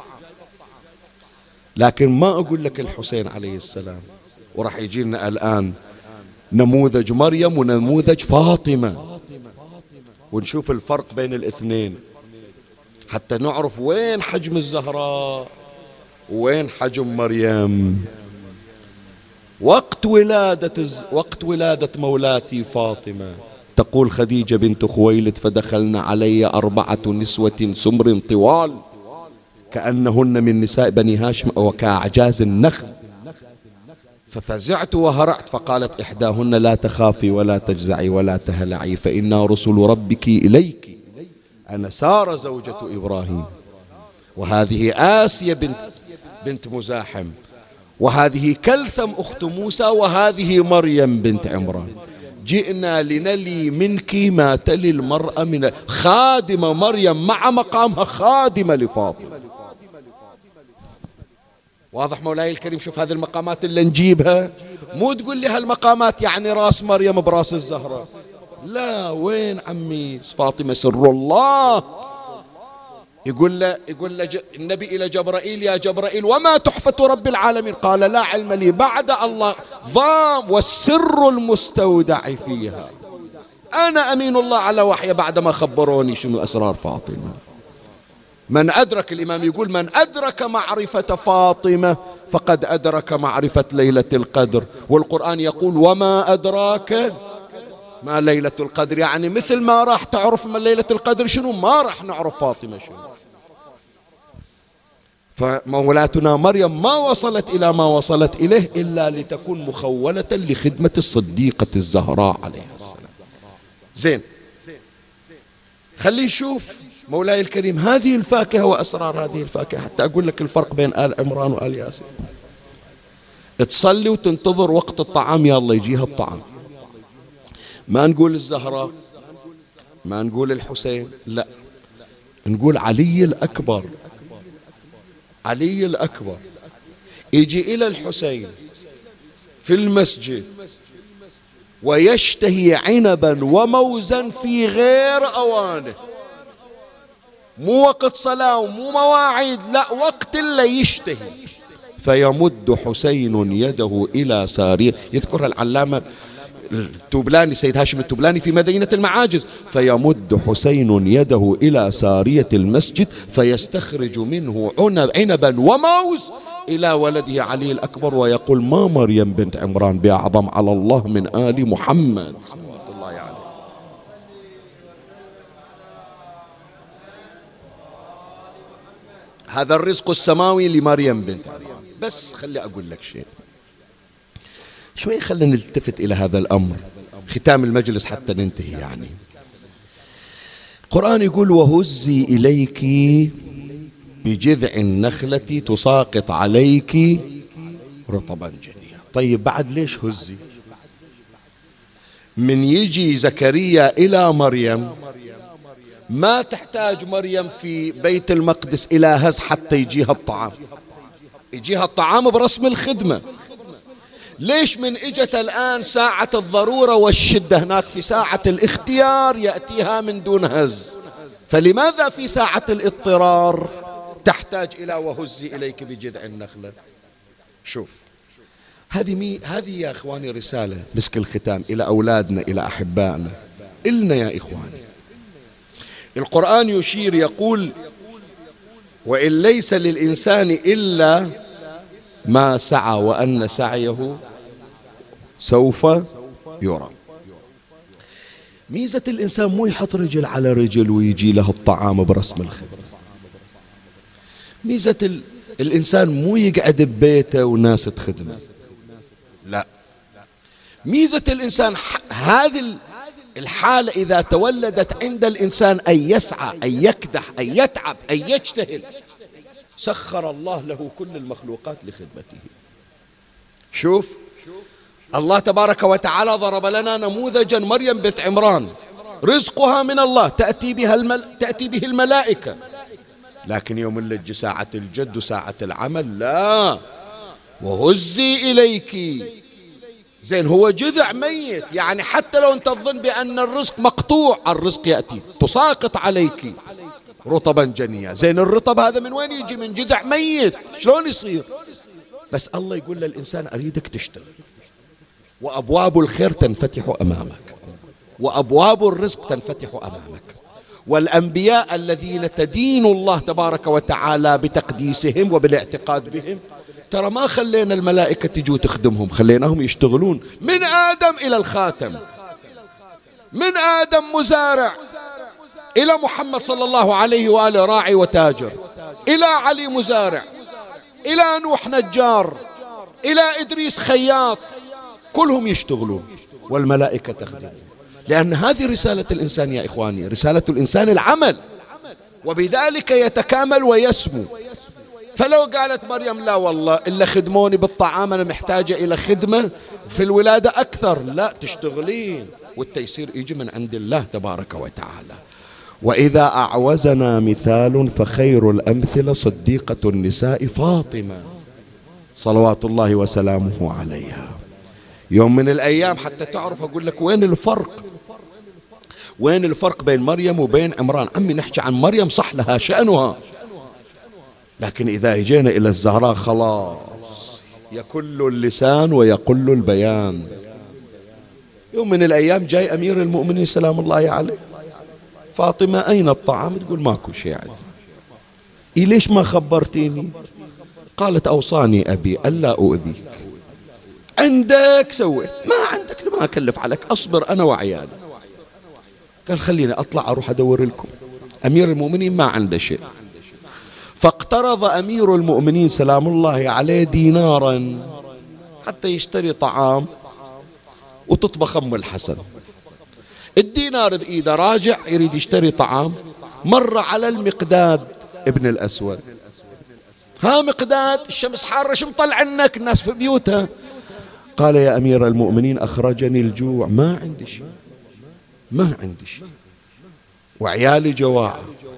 لكن ما أقول لك الحسين عليه السلام، وراح يجينا الآن نموذج مريم ونموذج فاطمة ونشوف الفرق بين الاثنين حتى نعرف وين حجم الزهراء وين حجم مريم. وقت ولادة الز... وقت ولادة مولاتي فاطمة تقول خديجة بنت خويلد فدخلنا علي أربعة نسوة سمر طوال كأنهن من نساء بني هاشم أو كأعجاز النخل، ففزعت وهرعت، فقالت إحداهن لا تخافي ولا تجزعي ولا تهلعي فإنا رسل ربك إليك، أنا سارة زوجة إبراهيم، وهذه آسيا بنت, بنت مزاحم، وهذه كلثم أخت موسى، وهذه مريم بنت عمران. جئنا لنلي منك ما تلي المرأة من خادمة مريم مع مقامها خادمة لفاطمة. واضح مولاي الكريم؟ شوف هذه المقامات اللي نجيبها، مو تقول لي هالمقامات يعني راس مريم براس الزهرة، لا، وين عمي فاطمة سر الله. يقول له يقول له النبي إلى جبرائيل يا جبرائيل وما تحفة رب العالمين؟ قال لا علم لي بعد الله ضام والسر المستودع فيها، أنا أمين الله على وحي بعدما خبروني شنو أسرار فاطمة. من أدرك، الإمام يقول من أدرك معرفة فاطمة فقد أدرك معرفة ليلة القدر، والقرآن يقول وما أدراك ما ليلة القدر، يعني مثل ما راح تعرف من ليلة القدر شنو ما راح نعرف فاطمة شنو. فمولاتنا مريم ما وصلت إلى ما وصلت إليه إلا لتكون مخولة لخدمة الصديقة الزهراء عليها السلام. زين، خلي نشوف مولاي الكريم هذه الفاكهة وأسرار هذه الفاكهة حتى أقول لك الفرق بين آل عمران وآل ياسين. تصلي وتنتظر وقت الطعام، يا الله يجيها الطعام، ما نقول الزهراء، ما نقول الحسين، لا، نقول علي الأكبر. علي الأكبر يجي إلى الحسين في المسجد ويشتهي عنبا وموزا في غير أوانه، مو وقت صلاة ومو مواعيد، لا، وقت اللي يشتهي، فيمد حسين يده إلى سارية. يذكرها العلامة التوبلاني سيد هاشم التوبلاني في مدينة المعاجز، فيمد حسين يده إلى سارية المسجد فيستخرج منه عنبا وموز إلى ولده علي الأكبر ويقول ما مريم بنت عمران بأعظم على الله من آل محمد صلوات الله عليه. هذا الرزق السماوي لمريم بنت عمران. بس خلي أقول لك شيء شوي، خلينا نلتفت إلى هذا الأمر ختام المجلس حتى ننتهي. يعني القرآن يقول وهزي إليك بجذع النخلة تساقط عليك رطبا جنيا. طيب بعد ليش هزي؟ من يجي زكريا إلى مريم ما تحتاج مريم في بيت المقدس إلى هز حتى يجيها الطعام، يجيها الطعام برسم الخدمة. ليش من اجت الآن ساعة الضرورة والشدة هناك في ساعة الاختيار يأتيها من دون هز؟ فلماذا في ساعة الاضطرار تحتاج إلى وهزي إليك بجذع النخلة؟ شوف هذه مي هذه يا إخواني رسالة مسك الختام إلى أولادنا إلى أحبائنا إلنا يا إخواني. القرآن يشير يقول وإن ليس للإنسان إلا ما سعى وأن سعيه سوف يرى. ميزة الإنسان مو يحط رجل على رجل ويجي له الطعام برسم الخدمة. ميزة ال... الإنسان مو يقعد ببيته وناس تخدمه، لا. ميزة الإنسان ح... هذه الحالة إذا تولدت عند الإنسان أن يسعى أن يكدح أن يتعب أن يجتهد، سخر الله له كل المخلوقات لخدمته. شوف الله تبارك وتعالى ضرب لنا نموذجا مريم بنت عمران، رزقها من الله تأتي بها المل... تأتي به الملائكة، لكن يوم اللج ساعة الجد وساعة العمل لا. وهزي إليك، زين هو جذع ميت، يعني حتى لو انت تظن بأن الرزق مقطوع الرزق يأتي تساقط عليك رطبا جنيا. زين الرطب هذا من وين يجي؟ من جذع ميت، شلون يصير؟ بس الله يقول للإنسان أريدك تشتغل، وأبواب الخير تنفتح أمامك، وأبواب الرزق تنفتح أمامك. والأنبياء الذين تدين الله تبارك وتعالى بتقديسهم وبالاعتقاد بهم، ترى ما خلينا الملائكة تجوا تخدمهم، خليناهم يشتغلون من آدم إلى الخاتم، من آدم مزارع إلى محمد صلى الله عليه وآله راعي وتاجر، إلى علي مزارع، إلى نوح نجار، إلى إدريس خياط، كلهم يشتغلون والملائكة تخدم. لأن هذه رسالة الإنسان يا إخواني، رسالة الإنسان العمل، وبذلك يتكامل ويسمو. فلو قالت مريم لا والله إلا خدموني بالطعام أنا محتاجة إلى خدمة في الولادة أكثر، لا تشتغلين، والتيسير يجي من عند الله تبارك وتعالى. وإذا أعوزنا مثال فخير الأمثلة صديقة النساء فاطمة صلوات الله وسلامه عليها. يوم من الأيام حتى تعرف أقول لك وين الفرق، وين الفرق بين مريم وبين عمران. عمي نحكي عن مريم صح لها شأنها، لكن إذا اجينا إلى الزهراء خلاص يكل اللسان ويقل البيان. يوم من الأيام جاي أمير المؤمنين سلام الله عليه، فاطمة أين الطعام؟ تقول ماكو شيء عندي. إيه ليش ما خبرتيني؟ قالت أوصاني أبي ألا أؤذيك. عندك سويت، ما عندك ما أكلف عليك، أصبر أنا وعيالي. قال خليني أطلع أروح أدور لكم. أمير المؤمنين ما عنده شيء، فاقترض أمير المؤمنين سلام الله عليه دينارا حتى يشتري طعام وتطبخ أم الحسن. الدينار بإيده راجع يريد يشتري طعام، مر على المقداد ابن الأسود. ها مقداد الشمس حارة شو مطلع عنك؟ الناس في بيوتها. قال يا أمير المؤمنين أخرجني الجوع، ما عندي شيء، ما عندي شيء وعيالي جواعة.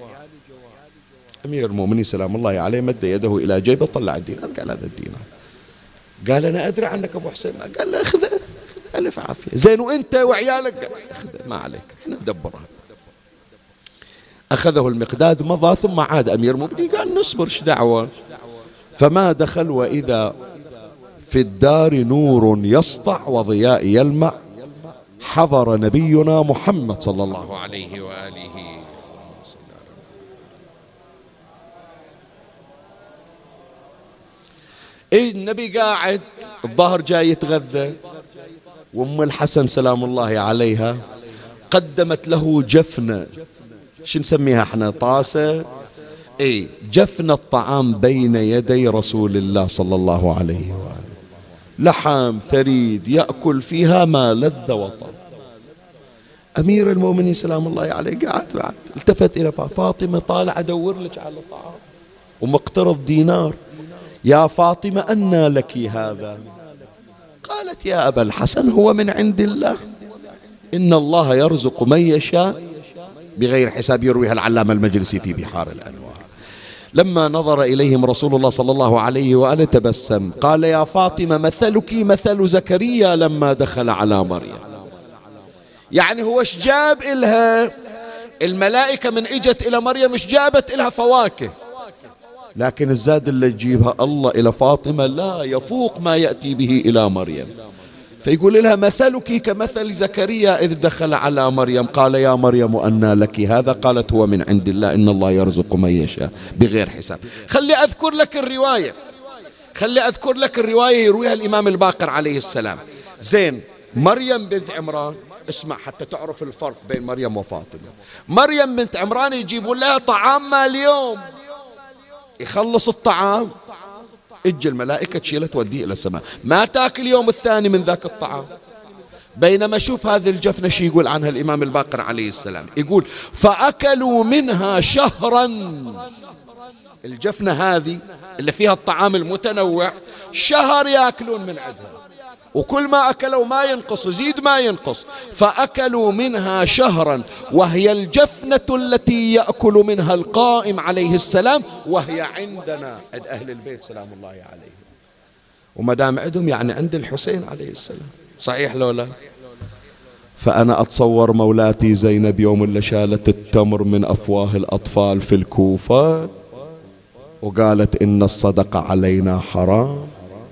أمير المؤمنين سلام الله عليه مد يده إلى جيبه طلع الدينار، قال هذا الدينار. قال أنا أدري عنك أبو حسين. قال له أخذه ألف عافية. زين وأنت وعيالك؟ قال أخذه ما عليك احنا ندبرها. أخذه المقداد مضى، ثم عاد أمير المؤمنين قال نصبر ايش دعوة. فما دخل وإذا في الدار نور يسطع وضياء يلمع، حضر نبينا محمد صلى الله عليه وآله. إيه النبي قاعد الظهر جاي يتغذى، وأم الحسن سلام الله عليها قدمت له جفنة، شو نسميها احنا، طاسة، ايه جفن الطعام بين يدي رسول الله صلى الله عليه وآله، لحم ثريد يأكل فيها ما لذ وطاب. أمير المؤمنين سلام الله عليه قاعد بعد التفت إلى فاطمة، طالع أدور لك على طعام ومقترض دينار، يا فاطمة أنى لك هذا؟ قالت يا أبا الحسن هو من عند الله، إن الله يرزق من يشاء بغير حساب، يرويها العلامة المجلسي في بحار الأنوار. لما نظر إليهم رسول الله صلى الله عليه وآله تبسم، قال يا فاطمة مثلك مثل زكريا لما دخل على مريم. يعني هو ايش جاب إلها الملائكة من اجت إلى مريم؟ ايش جابت إلها؟ فواكه، لكن الزاد اللي تجيبها الله إلى فاطمة لا يفوق ما يأتي به إلى مريم. فيقول لها مثلك كمثل زكريا إذ دخل على مريم قال يا مريم أنى لك هذا؟ قالت هو من عند الله إن الله يرزق من يشاء بغير حساب. خلي أذكر لك الرواية، خلي أذكر لك الرواية يرويها الإمام الباقر عليه السلام. زين، مريم بنت عمران، اسمع حتى تعرف الفرق بين مريم وفاطمة. مريم بنت عمران يجيبون لها طعام ما اليوم، يخلص الطعام اجي الملائكة تشيله توديه إلى السماء، ما تاكل يوم الثاني من ذاك الطعام. بينما شوف هذه الجفنة شي يقول عنها الإمام الباقر عليه السلام، يقول فأكلوا منها شهرا. الجفنة هذه اللي فيها الطعام المتنوع شهر يأكلون من عندها، وكل ما أكلوا ما ينقص، يزيد ما ينقص. فأكلوا منها شهرا، وهي الجفنة التي يأكل منها القائم عليه السلام، وهي عندنا عند أهل البيت سلام الله عليهم. وما دام عندهم يعني عند الحسين عليه السلام، صحيح لو لا؟ فأنا أتصور مولاتي زينب يوم اللي شالت التمر من أفواه الأطفال في الكوفة وقالت إن الصدقة علينا حرام،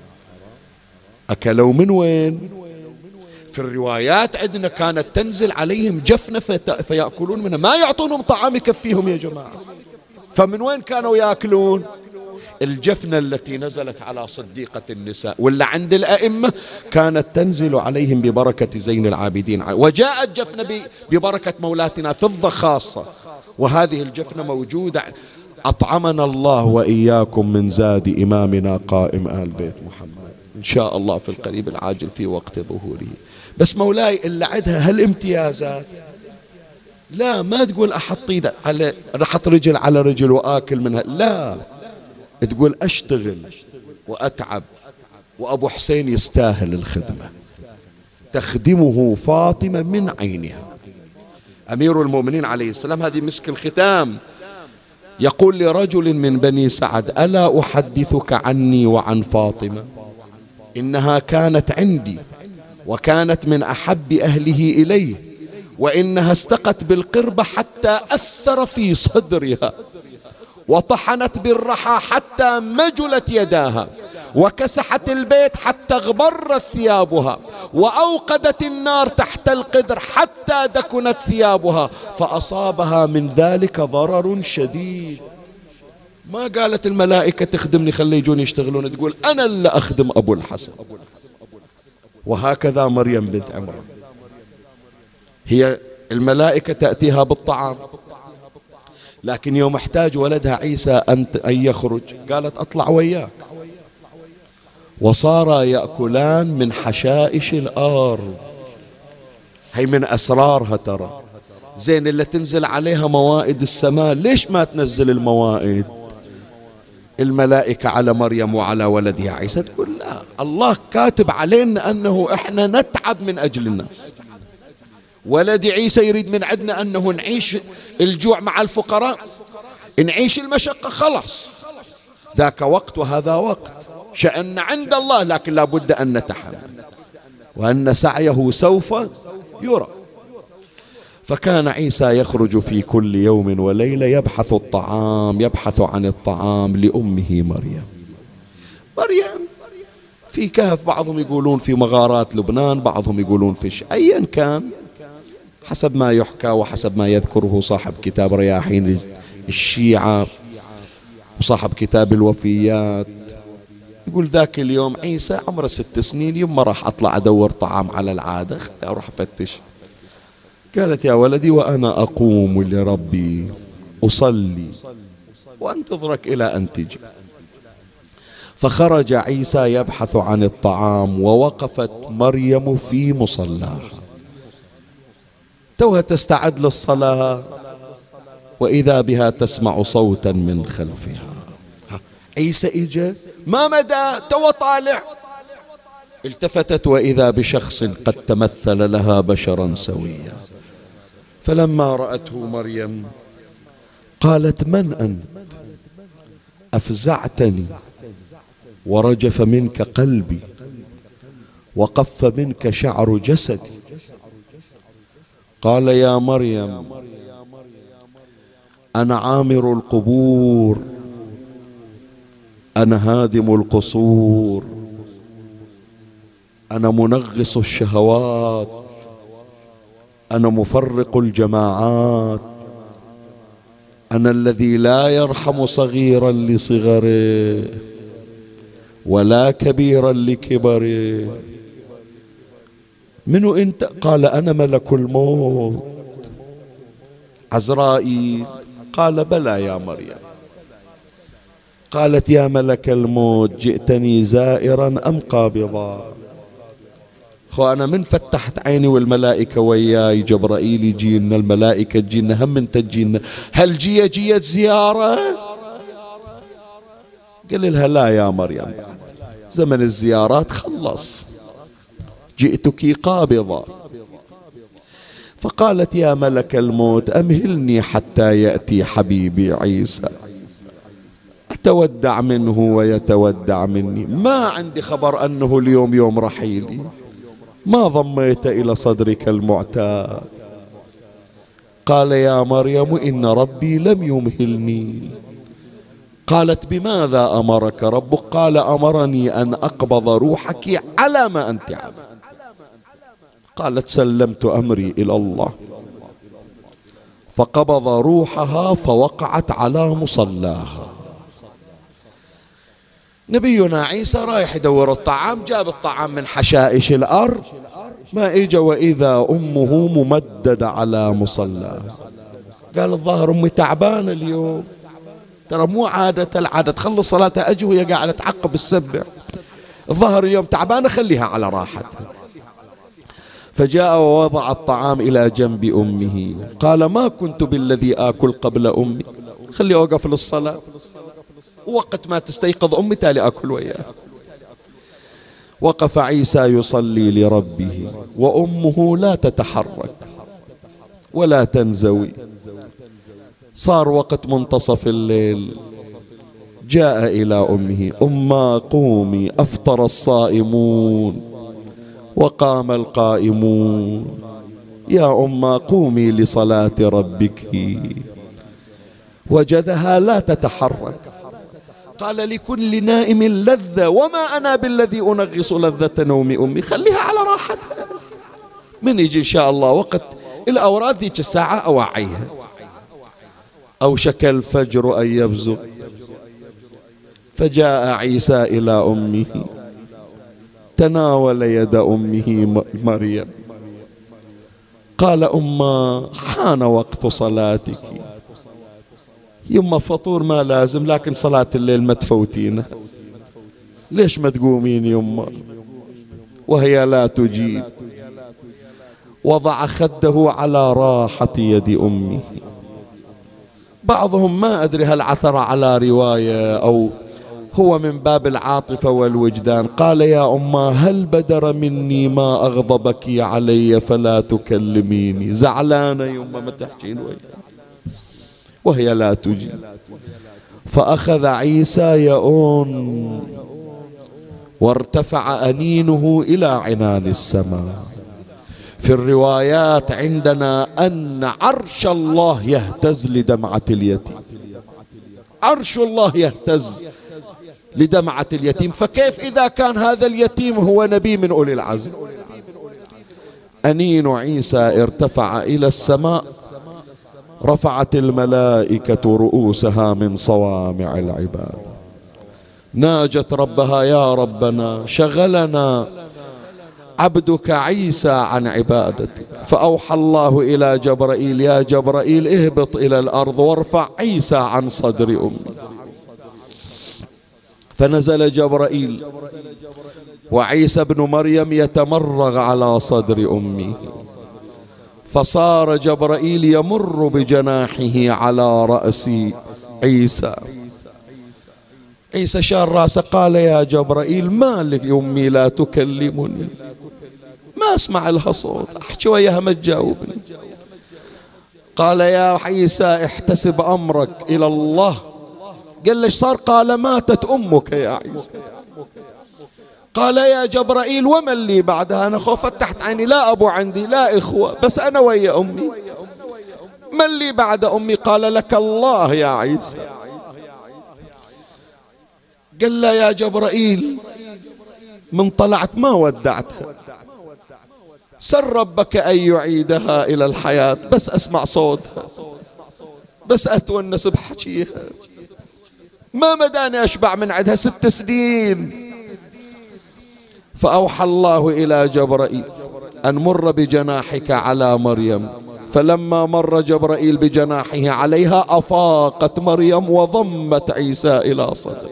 أكلوا من وين؟ في الروايات عندنا كانت تنزل عليهم جفنة فيأكلون منها، ما يعطونهم طعام يكفيهم يا جماعة. فمن وين كانوا يأكلون؟ الجفنة التي نزلت على صديقة النساء واللي عند الأئمة كانت تنزل عليهم ببركة زين العابدين، وجاءت جفنة ببركة مولاتنا فضة خاصة، وهذه الجفنة موجودة. أطعمنا الله وإياكم من زاد إمامنا قائم آل بيت محمد إن شاء الله في القريب العاجل في وقت ظهوره. بس مولاي اللي عندها هالامتيازات لا، ما تقول أحط ايدي على أحط رجل على رجل وآكل منها، لا، تقول أشتغل وأتعب وأبو حسين يستاهل الخدمة. تخدمه فاطمة من عينها. أمير المؤمنين عليه السلام هذه مسك الختام يقول لرجل من بني سعد ألا أحدثك عني وعن فاطمة؟ إنها كانت عندي وكانت من أحب أهله إليه، وإنها استقت بالقربة حتى أثر في صدرها، وطحنت بالرحى حتى مجلت يداها، وكسحت البيت حتى اغبرت ثيابها، وأوقدت النار تحت القدر حتى دكنت ثيابها، فأصابها من ذلك ضرر شديد. ما قالت الملائكة تخدمني خلي يجون يشتغلون، تقول أنا اللي أخدم أبو الحسن. وهكذا مريم بنت عمران، هي الملائكة تأتيها بالطعام، لكن يوم احتاج ولدها عيسى أن يخرج قالت أطلع وياك، وصارا يأكلان من حشائش الأرض. هي من أسرارها ترى. زين اللي تنزل عليها موائد السماء، ليش ما تنزل الموائد الملائكة على مريم وعلى ولدها عيسى؟ تقول لا، الله كاتب علينا أنه إحنا نتعب من أجل الناس. ولد عيسى يريد من عندنا أنه نعيش الجوع مع الفقراء، نعيش المشقة، خلاص ذاك وقت وهذا وقت، شأن عند الله، لكن لا بد أن نتحمل وأن سعيه سوف يرى. فكان عيسى يخرج في كل يوم وليلة يبحث الطعام، يبحث عن الطعام لأمه مريم. مريم في كهف، بعضهم يقولون في مغارات لبنان، بعضهم يقولون في أيا كان حسب ما يحكى وحسب ما يذكره صاحب كتاب رياحين الشيعة وصاحب كتاب الوفيات يقول ذاك اليوم عيسى عمره ست سنين، يما راح أطلع أدور طعام على العادة، أروح أفتش. قالت يا ولدي وأنا أقوم لربي أصلي وأنتظرك إلى أن تجي. فخرج عيسى يبحث عن الطعام، ووقفت مريم في مصلاها توها تستعد للصلاة، وإذا بها تسمع صوتا من خلفها. عيسى إجا ما مدى تو طالع، التفتت وإذا بشخص قد تمثل لها بشرا سويا. فلما رأته مريم قالت من أنت؟ أفزعتني ورجف منك قلبي وقف منك شعر جسدي. قال يا مريم أنا عامر القبور، أنا هادم القصور، أنا منغص الشهوات، أنا مفرق الجماعات، أنا الذي لا يرحم صغيرا لصغره ولا كبيرا لكبره. منو أنت؟ قال أنا ملك الموت عزرائيل. قال بلى يا مريم. قالت يا ملك الموت جئتني زائرا أم قابضا؟ خو أنا من فتحت عيني والملائكة وياي، جبرائيل يجينا، الملائكة تجينا، هم انت تجينا، هل جي جيت زيارة؟ قال لها لا يا مريم، زمن الزيارات خلص، جئتك قابضة. فقالت يا ملك الموت أمهلني حتى يأتي حبيبي عيسى، أتودع منه ويتودع مني، ما عندي خبر أنه اليوم يوم رحيلي، ما ضميت إلى صدرك المعتاد. قال يا مريم إن ربي لم يمهلني. قالت بماذا أمرك ربك؟ قال أمرني أن أقبض روحك على ما أنت عليه. قالت سلمت أمري إلى الله. فقبض روحها فوقعت على مصلاها. نبينا عيسى رايح يدور الطعام، جاب الطعام من حشائش الأرض، ما إجا وإذا أمه ممددة على مصلاها. قال الظاهر أمي تعبانة اليوم، ترى مو عادة، العادة تخلص صلاتها أجي وهي قاعدة تعقب السبع، الظاهر اليوم تعبانة خليها على راحتها. فجاء ووضع الطعام إلى جنب أمه. قال ما كنت بالذي آكل قبل أمي، خلي أوقف للصلاة، وقت ما تستيقظ أمي تالي أكل وياه. وقف عيسى يصلي لربه وأمه لا تتحرك ولا تنزوي. صار وقت منتصف الليل، جاء إلى أمه أما قومي أفطر الصائمون وقام القائمون، يا أما قومي لصلاة ربك. وجدها لا تتحرك. قال لكل نائم لذة وما أنا بالذي أنغص لذة نوم أمي، خليها على راحتها، من يجي إن شاء الله وقت الأوراد ذيك الساعة أوعيها. أوشك الفجر أن يبزغ. فجاء عيسى إلى أمه، تناول يد أمه مريم، قال أما حان وقت صلاتك. يما فطور ما لازم، لكن صلاة الليل ما تفوتينه، ليش ما تقومين يما؟ وهي لا تجيب. وضع خده على راحة يد أمه. بعضهم ما أدري هل عثر على رواية أو هو من باب العاطفة والوجدان، قال يا أمه هل بدر مني ما أغضبك علي فلا تكلميني، زعلانة يما ما تحكين وياها، وهي لا تجيب. فأخذ عيسى يؤون وارتفع أنينه إلى عنان السماء. في الروايات عندنا أن عرش الله يهتز لدمعة اليتيم، عرش الله يهتز لدمعة اليتيم، فكيف إذا كان هذا اليتيم هو نبي من أولي العزم؟ أنين عيسى ارتفع إلى السماء، رفعت الملائكة رؤوسها من صوامع العباد. ناجت ربها يا ربنا شغلنا عبدك عيسى عن عبادتك، فأوحى الله إلى جبرائيل يا جبرائيل اهبط إلى الأرض وارفع عيسى عن صدر أمي. فنزل جبرائيل وعيسى بن مريم يتمرغ على صدر أمه، فصار جبرائيل يمر بجناحه على رأس عيسى. عيسى شار راسه قال يا جبرائيل ما لك أمي لا تكلمني، ما أسمع لها صوت، أحكي وياها ما تجاوبني. قال يا عيسى احتسب أمرك إلى الله. قال ليش صار؟ قال ماتت أمك يا عيسى. قال يا جبرائيل ومن لي بعدها؟ أنا خو فتحت عيني لا أبو عندي لا إخوة بس أنا ويا أمي، من لي بعد أمي؟ قال لك الله يا عيسى. قال له يا جبرائيل من طلعت ما ودعتها، سر ربك أن يعيدها إلى الحياة، بس أسمع صوتها بس أتونس بحكيها، ما مداني أشبع من عندها ست سنين. فأوحى الله إلى جبرائيل أن مر بجناحك على مريم، فلما مر جبرائيل بجناحه عليها أفاقت مريم وضمت عيسى إلى صدرها.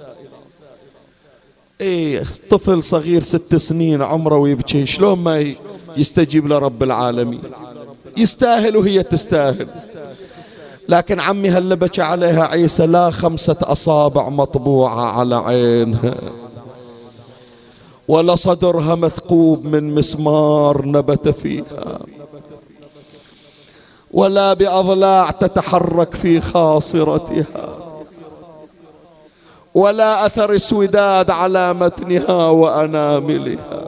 إيه طفل صغير ست سنين عمره ويبكي، شلون ما يستجيب لرب العالمين؟ يستاهل وهي تستاهل. لكن عمي هل بكى عليها عيسى؟ لا، خمسة أصابع مطبوعة على عينها، ولا صدرها مثقوب من مسمار نبت فيها، ولا بأضلاع تتحرك في خاصرتها، ولا أثر اسوداد على متنها وأناملها.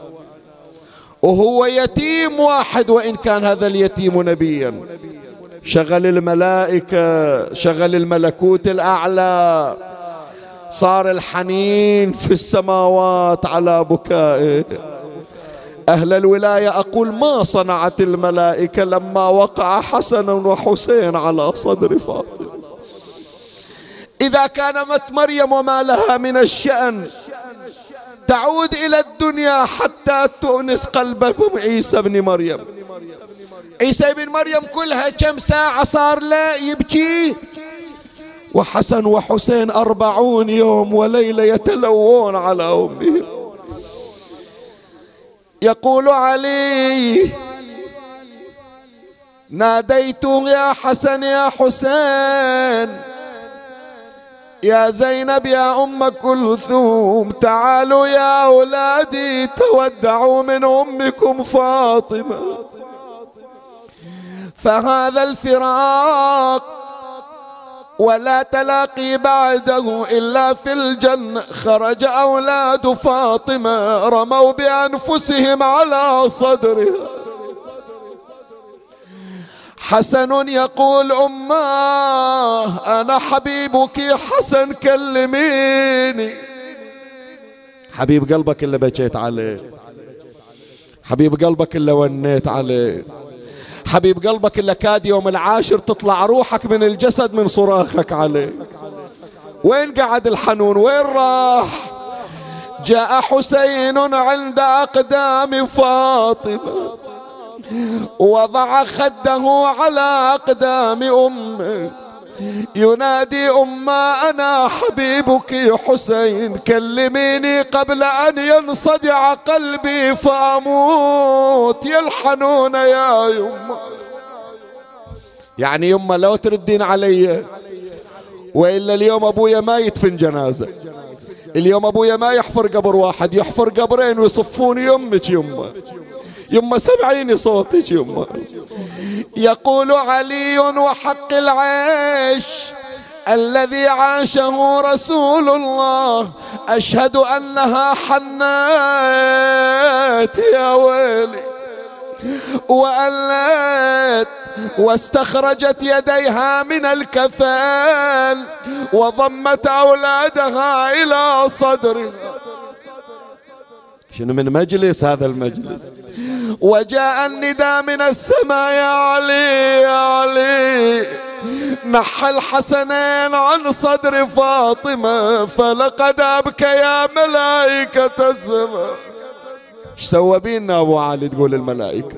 وهو يتيم واحد، وإن كان هذا اليتيم نبيا. شغل الملائكة، شغل الملكوت الأعلى، صار الحنين في السماوات على بكائه. أهل الولاية أقول ما صنعت الملائكة لما وقع حسن وحسين على صدر فاطمة. إذا كانت مريم وما لها من الشأن تعود إلى الدنيا حتى تؤنس قلب عيسى بن مريم. عيسى بن مريم كلها كم ساعة صار لا يبكي، وحسن وحسين أربعون يوم وليلة يتلوون على أمهم. يقول علي ناديت يا حسن يا حسين يا زينب يا أم كلثوم تعالوا يا أولادي تودعوا من أمكم فاطمة، فهذا الفراق ولا تلاقي بعده إلا في الجنة. خرج أولاد فاطمة رموا بأنفسهم على صدرها. حسن يقول أماه أنا حبيبك يا حسن كلميني. حبيب قلبك اللي بكيت عليه، حبيب قلبك اللي ونيت عليه، حبيب قلبك اللي كاد يوم العاشر تطلع روحك من الجسد من صراخك عليه. وين قعد الحنون؟ وين راح؟ جاء حسين عند أقدام فاطمة وضع خده على أقدام أمه ينادي أمه أنا حبيبك يا حسين كلميني قبل أن ينصدع قلبي فأموت. يلحنون يا يمه، يعني يمه لو تردين علي، وإلا اليوم أبويا ما يدفن جنازة، اليوم أبويا ما يحفر قبر واحد، يحفر قبرين ويصفون يمك يمه، يمه سمعيني صوتك يمه. يقول علي وحق العيش الذي عاشه رسول الله أشهد أنها حنات يا ويلي وألت واستخرجت يديها من الكفان وضمت أولادها إلى صدرها. شنو من مجلس هذا المجلس؟ وجاء النداء من السماء يا علي يا علي نحى الحسنين عن صدر فاطمة فلقد أبكى يا ملائكة السماء. ايش سوى بينا أبو علي؟ تقول الملائكة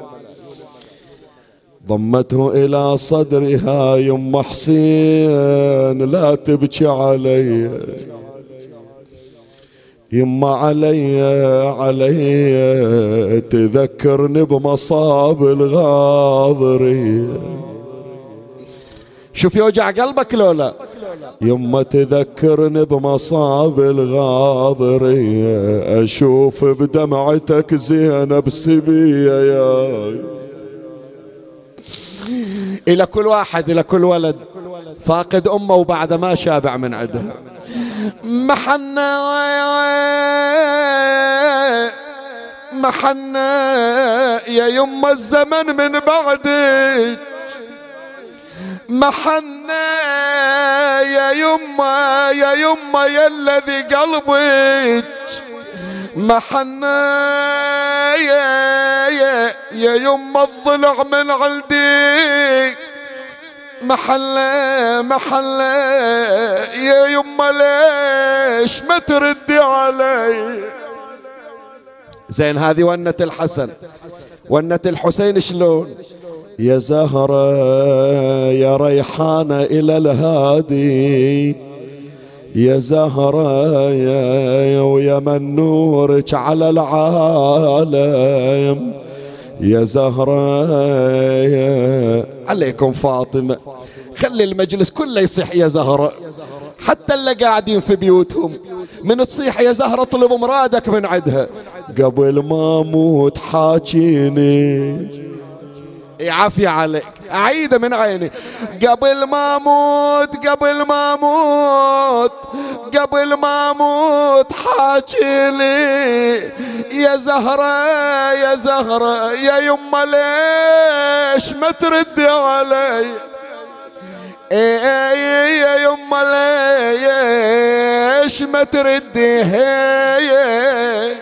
ضمته إلى صدرها يم حسين لا تبكي علي يما علي علي تذكرني بمصاب الغاضرية. شوف يوجع قلبك لولا يما تذكرني بمصاب الغاضرية أشوف بدمعتك زينب سبية يا. إلى كل واحد إلى كل ولد فاقد أمه وبعد ما شابع من عدها محنا محنا يا يما الزمن من بعدك محنا يا يما يا يما يا الذي قلبك محنا يا يا يا يما الضلع من عندي محلة محلة يا يما ليش ما تردي علي. زين هذه ونة الحسن. ونة الحسين شلون؟ يا زهرة يا ريحانة إلى الهادي يا زهرة يا ويا من نورك على العالم يا زهرة يا عليكم فاطمة. خلي المجلس كله يصيح يا زهرة حتى اللي قاعدين في بيوتهم من تصيح يا زهرة طلب مرادك من عدها. قبل ما اموت حاجيني عافية عليك أعيده من عيني قبل ما أموت قبل ما أموت قبل ما أموت حاجيلي يا زهرة يا زهرة يا يما ليش ما تردي علي يا يما ليش ما تردي يا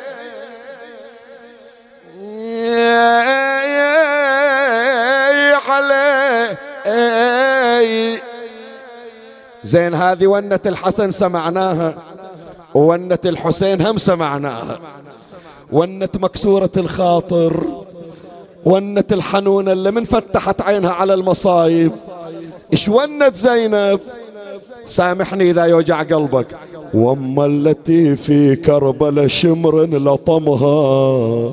زين هذه ونة الحسن سمعناها وونة الحسين هم سمعناها. ونة مكسورة الخاطر ونة الحنونة اللي من فتحت عينها على المصايب. ايش ونة زينب؟ سامحني إذا يوجع قلبك. وأما التي في كربلاء شمر لطمها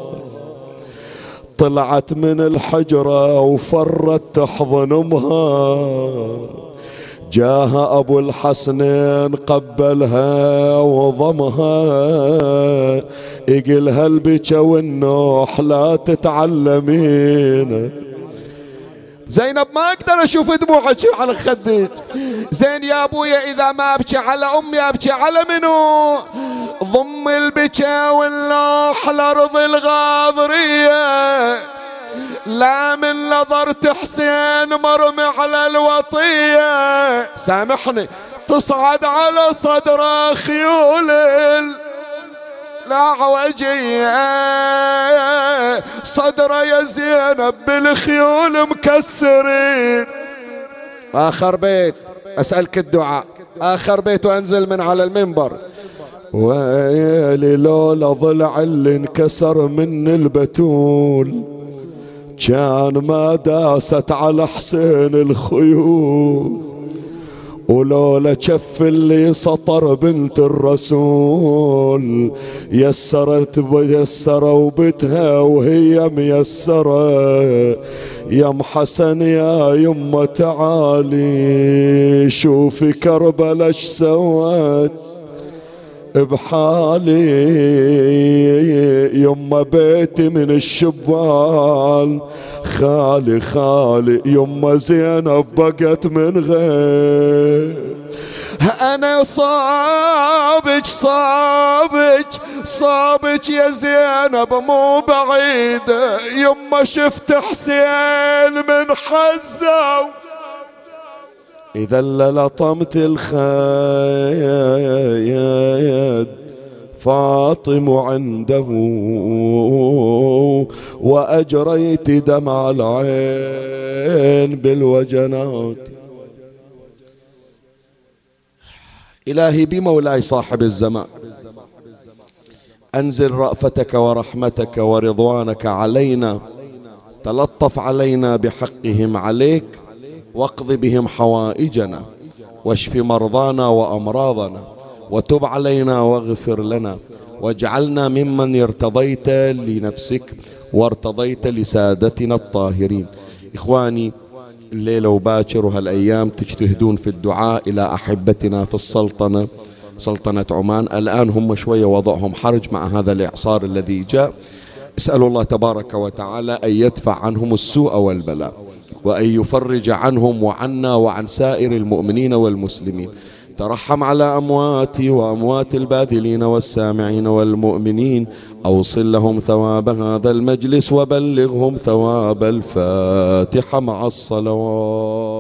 طلعت من الحجرة وفرت تحضن أمها جاها أبو الحسنين قبلها وضمها يقلها البكا والنوح لا تتعلمين. زينب ما اقدر اشوف دموعك على خدك. زين يا ابويا اذا ما ابكي على امي ابكي على منو؟ ضم البكا والنوح لارض الغاضريه لا من نظرت حسين مرمي على الوطيه. سامحني تصعد على صدره خيول لا عوجيه صدره يا زينب بالخيول مكسرين. اخر بيت اسالك الدعاء اخر بيت وانزل من على المنبر. ويلي لولا ضلع اللي انكسر من البتول كان ما داست على حسين الخيول ولولا كف اللي سطر بنت الرسول يسرت ويسروا بتها وهي ميسرة. يا ام حسن يا يمه تعالي شوفي كربلاء اش سوت بحالي. يما بيتي من الشبال خالي خالي يما زينب بقت من غير. انا صابج صابج صابج يا زينب مو بعيدة يما شفت حسين من حزة إذا لطمت الخيد فاطم عنده وأجريت دمع العين بالوجنات. إلهي بمولاي صاحب الزمان أنزل رأفتك ورحمتك ورضوانك علينا، تلطف علينا بحقهم عليك، واقض بهم حوائجنا، واشف مرضانا وأمراضنا، وتب علينا واغفر لنا، واجعلنا ممن ارتضيت لنفسك وارتضيت لسادتنا الطاهرين. إخواني، الليلة وباكر وهالأيام تجتهدون في الدعاء إلى أحبتنا في السلطنة، سلطنة عمان. الآن هم شوية وضعهم حرج مع هذا الإعصار الذي جاء. اسألوا الله تبارك وتعالى أن يدفع عنهم السوء والبلاء، وأن يفرج عنهم وعنا وعن سائر المؤمنين والمسلمين. ترحم على أمواتي وأموات الباذلين والسامعين والمؤمنين، أوصل لهم ثواب هذا المجلس وبلغهم ثواب الفاتحة مع الصلوات.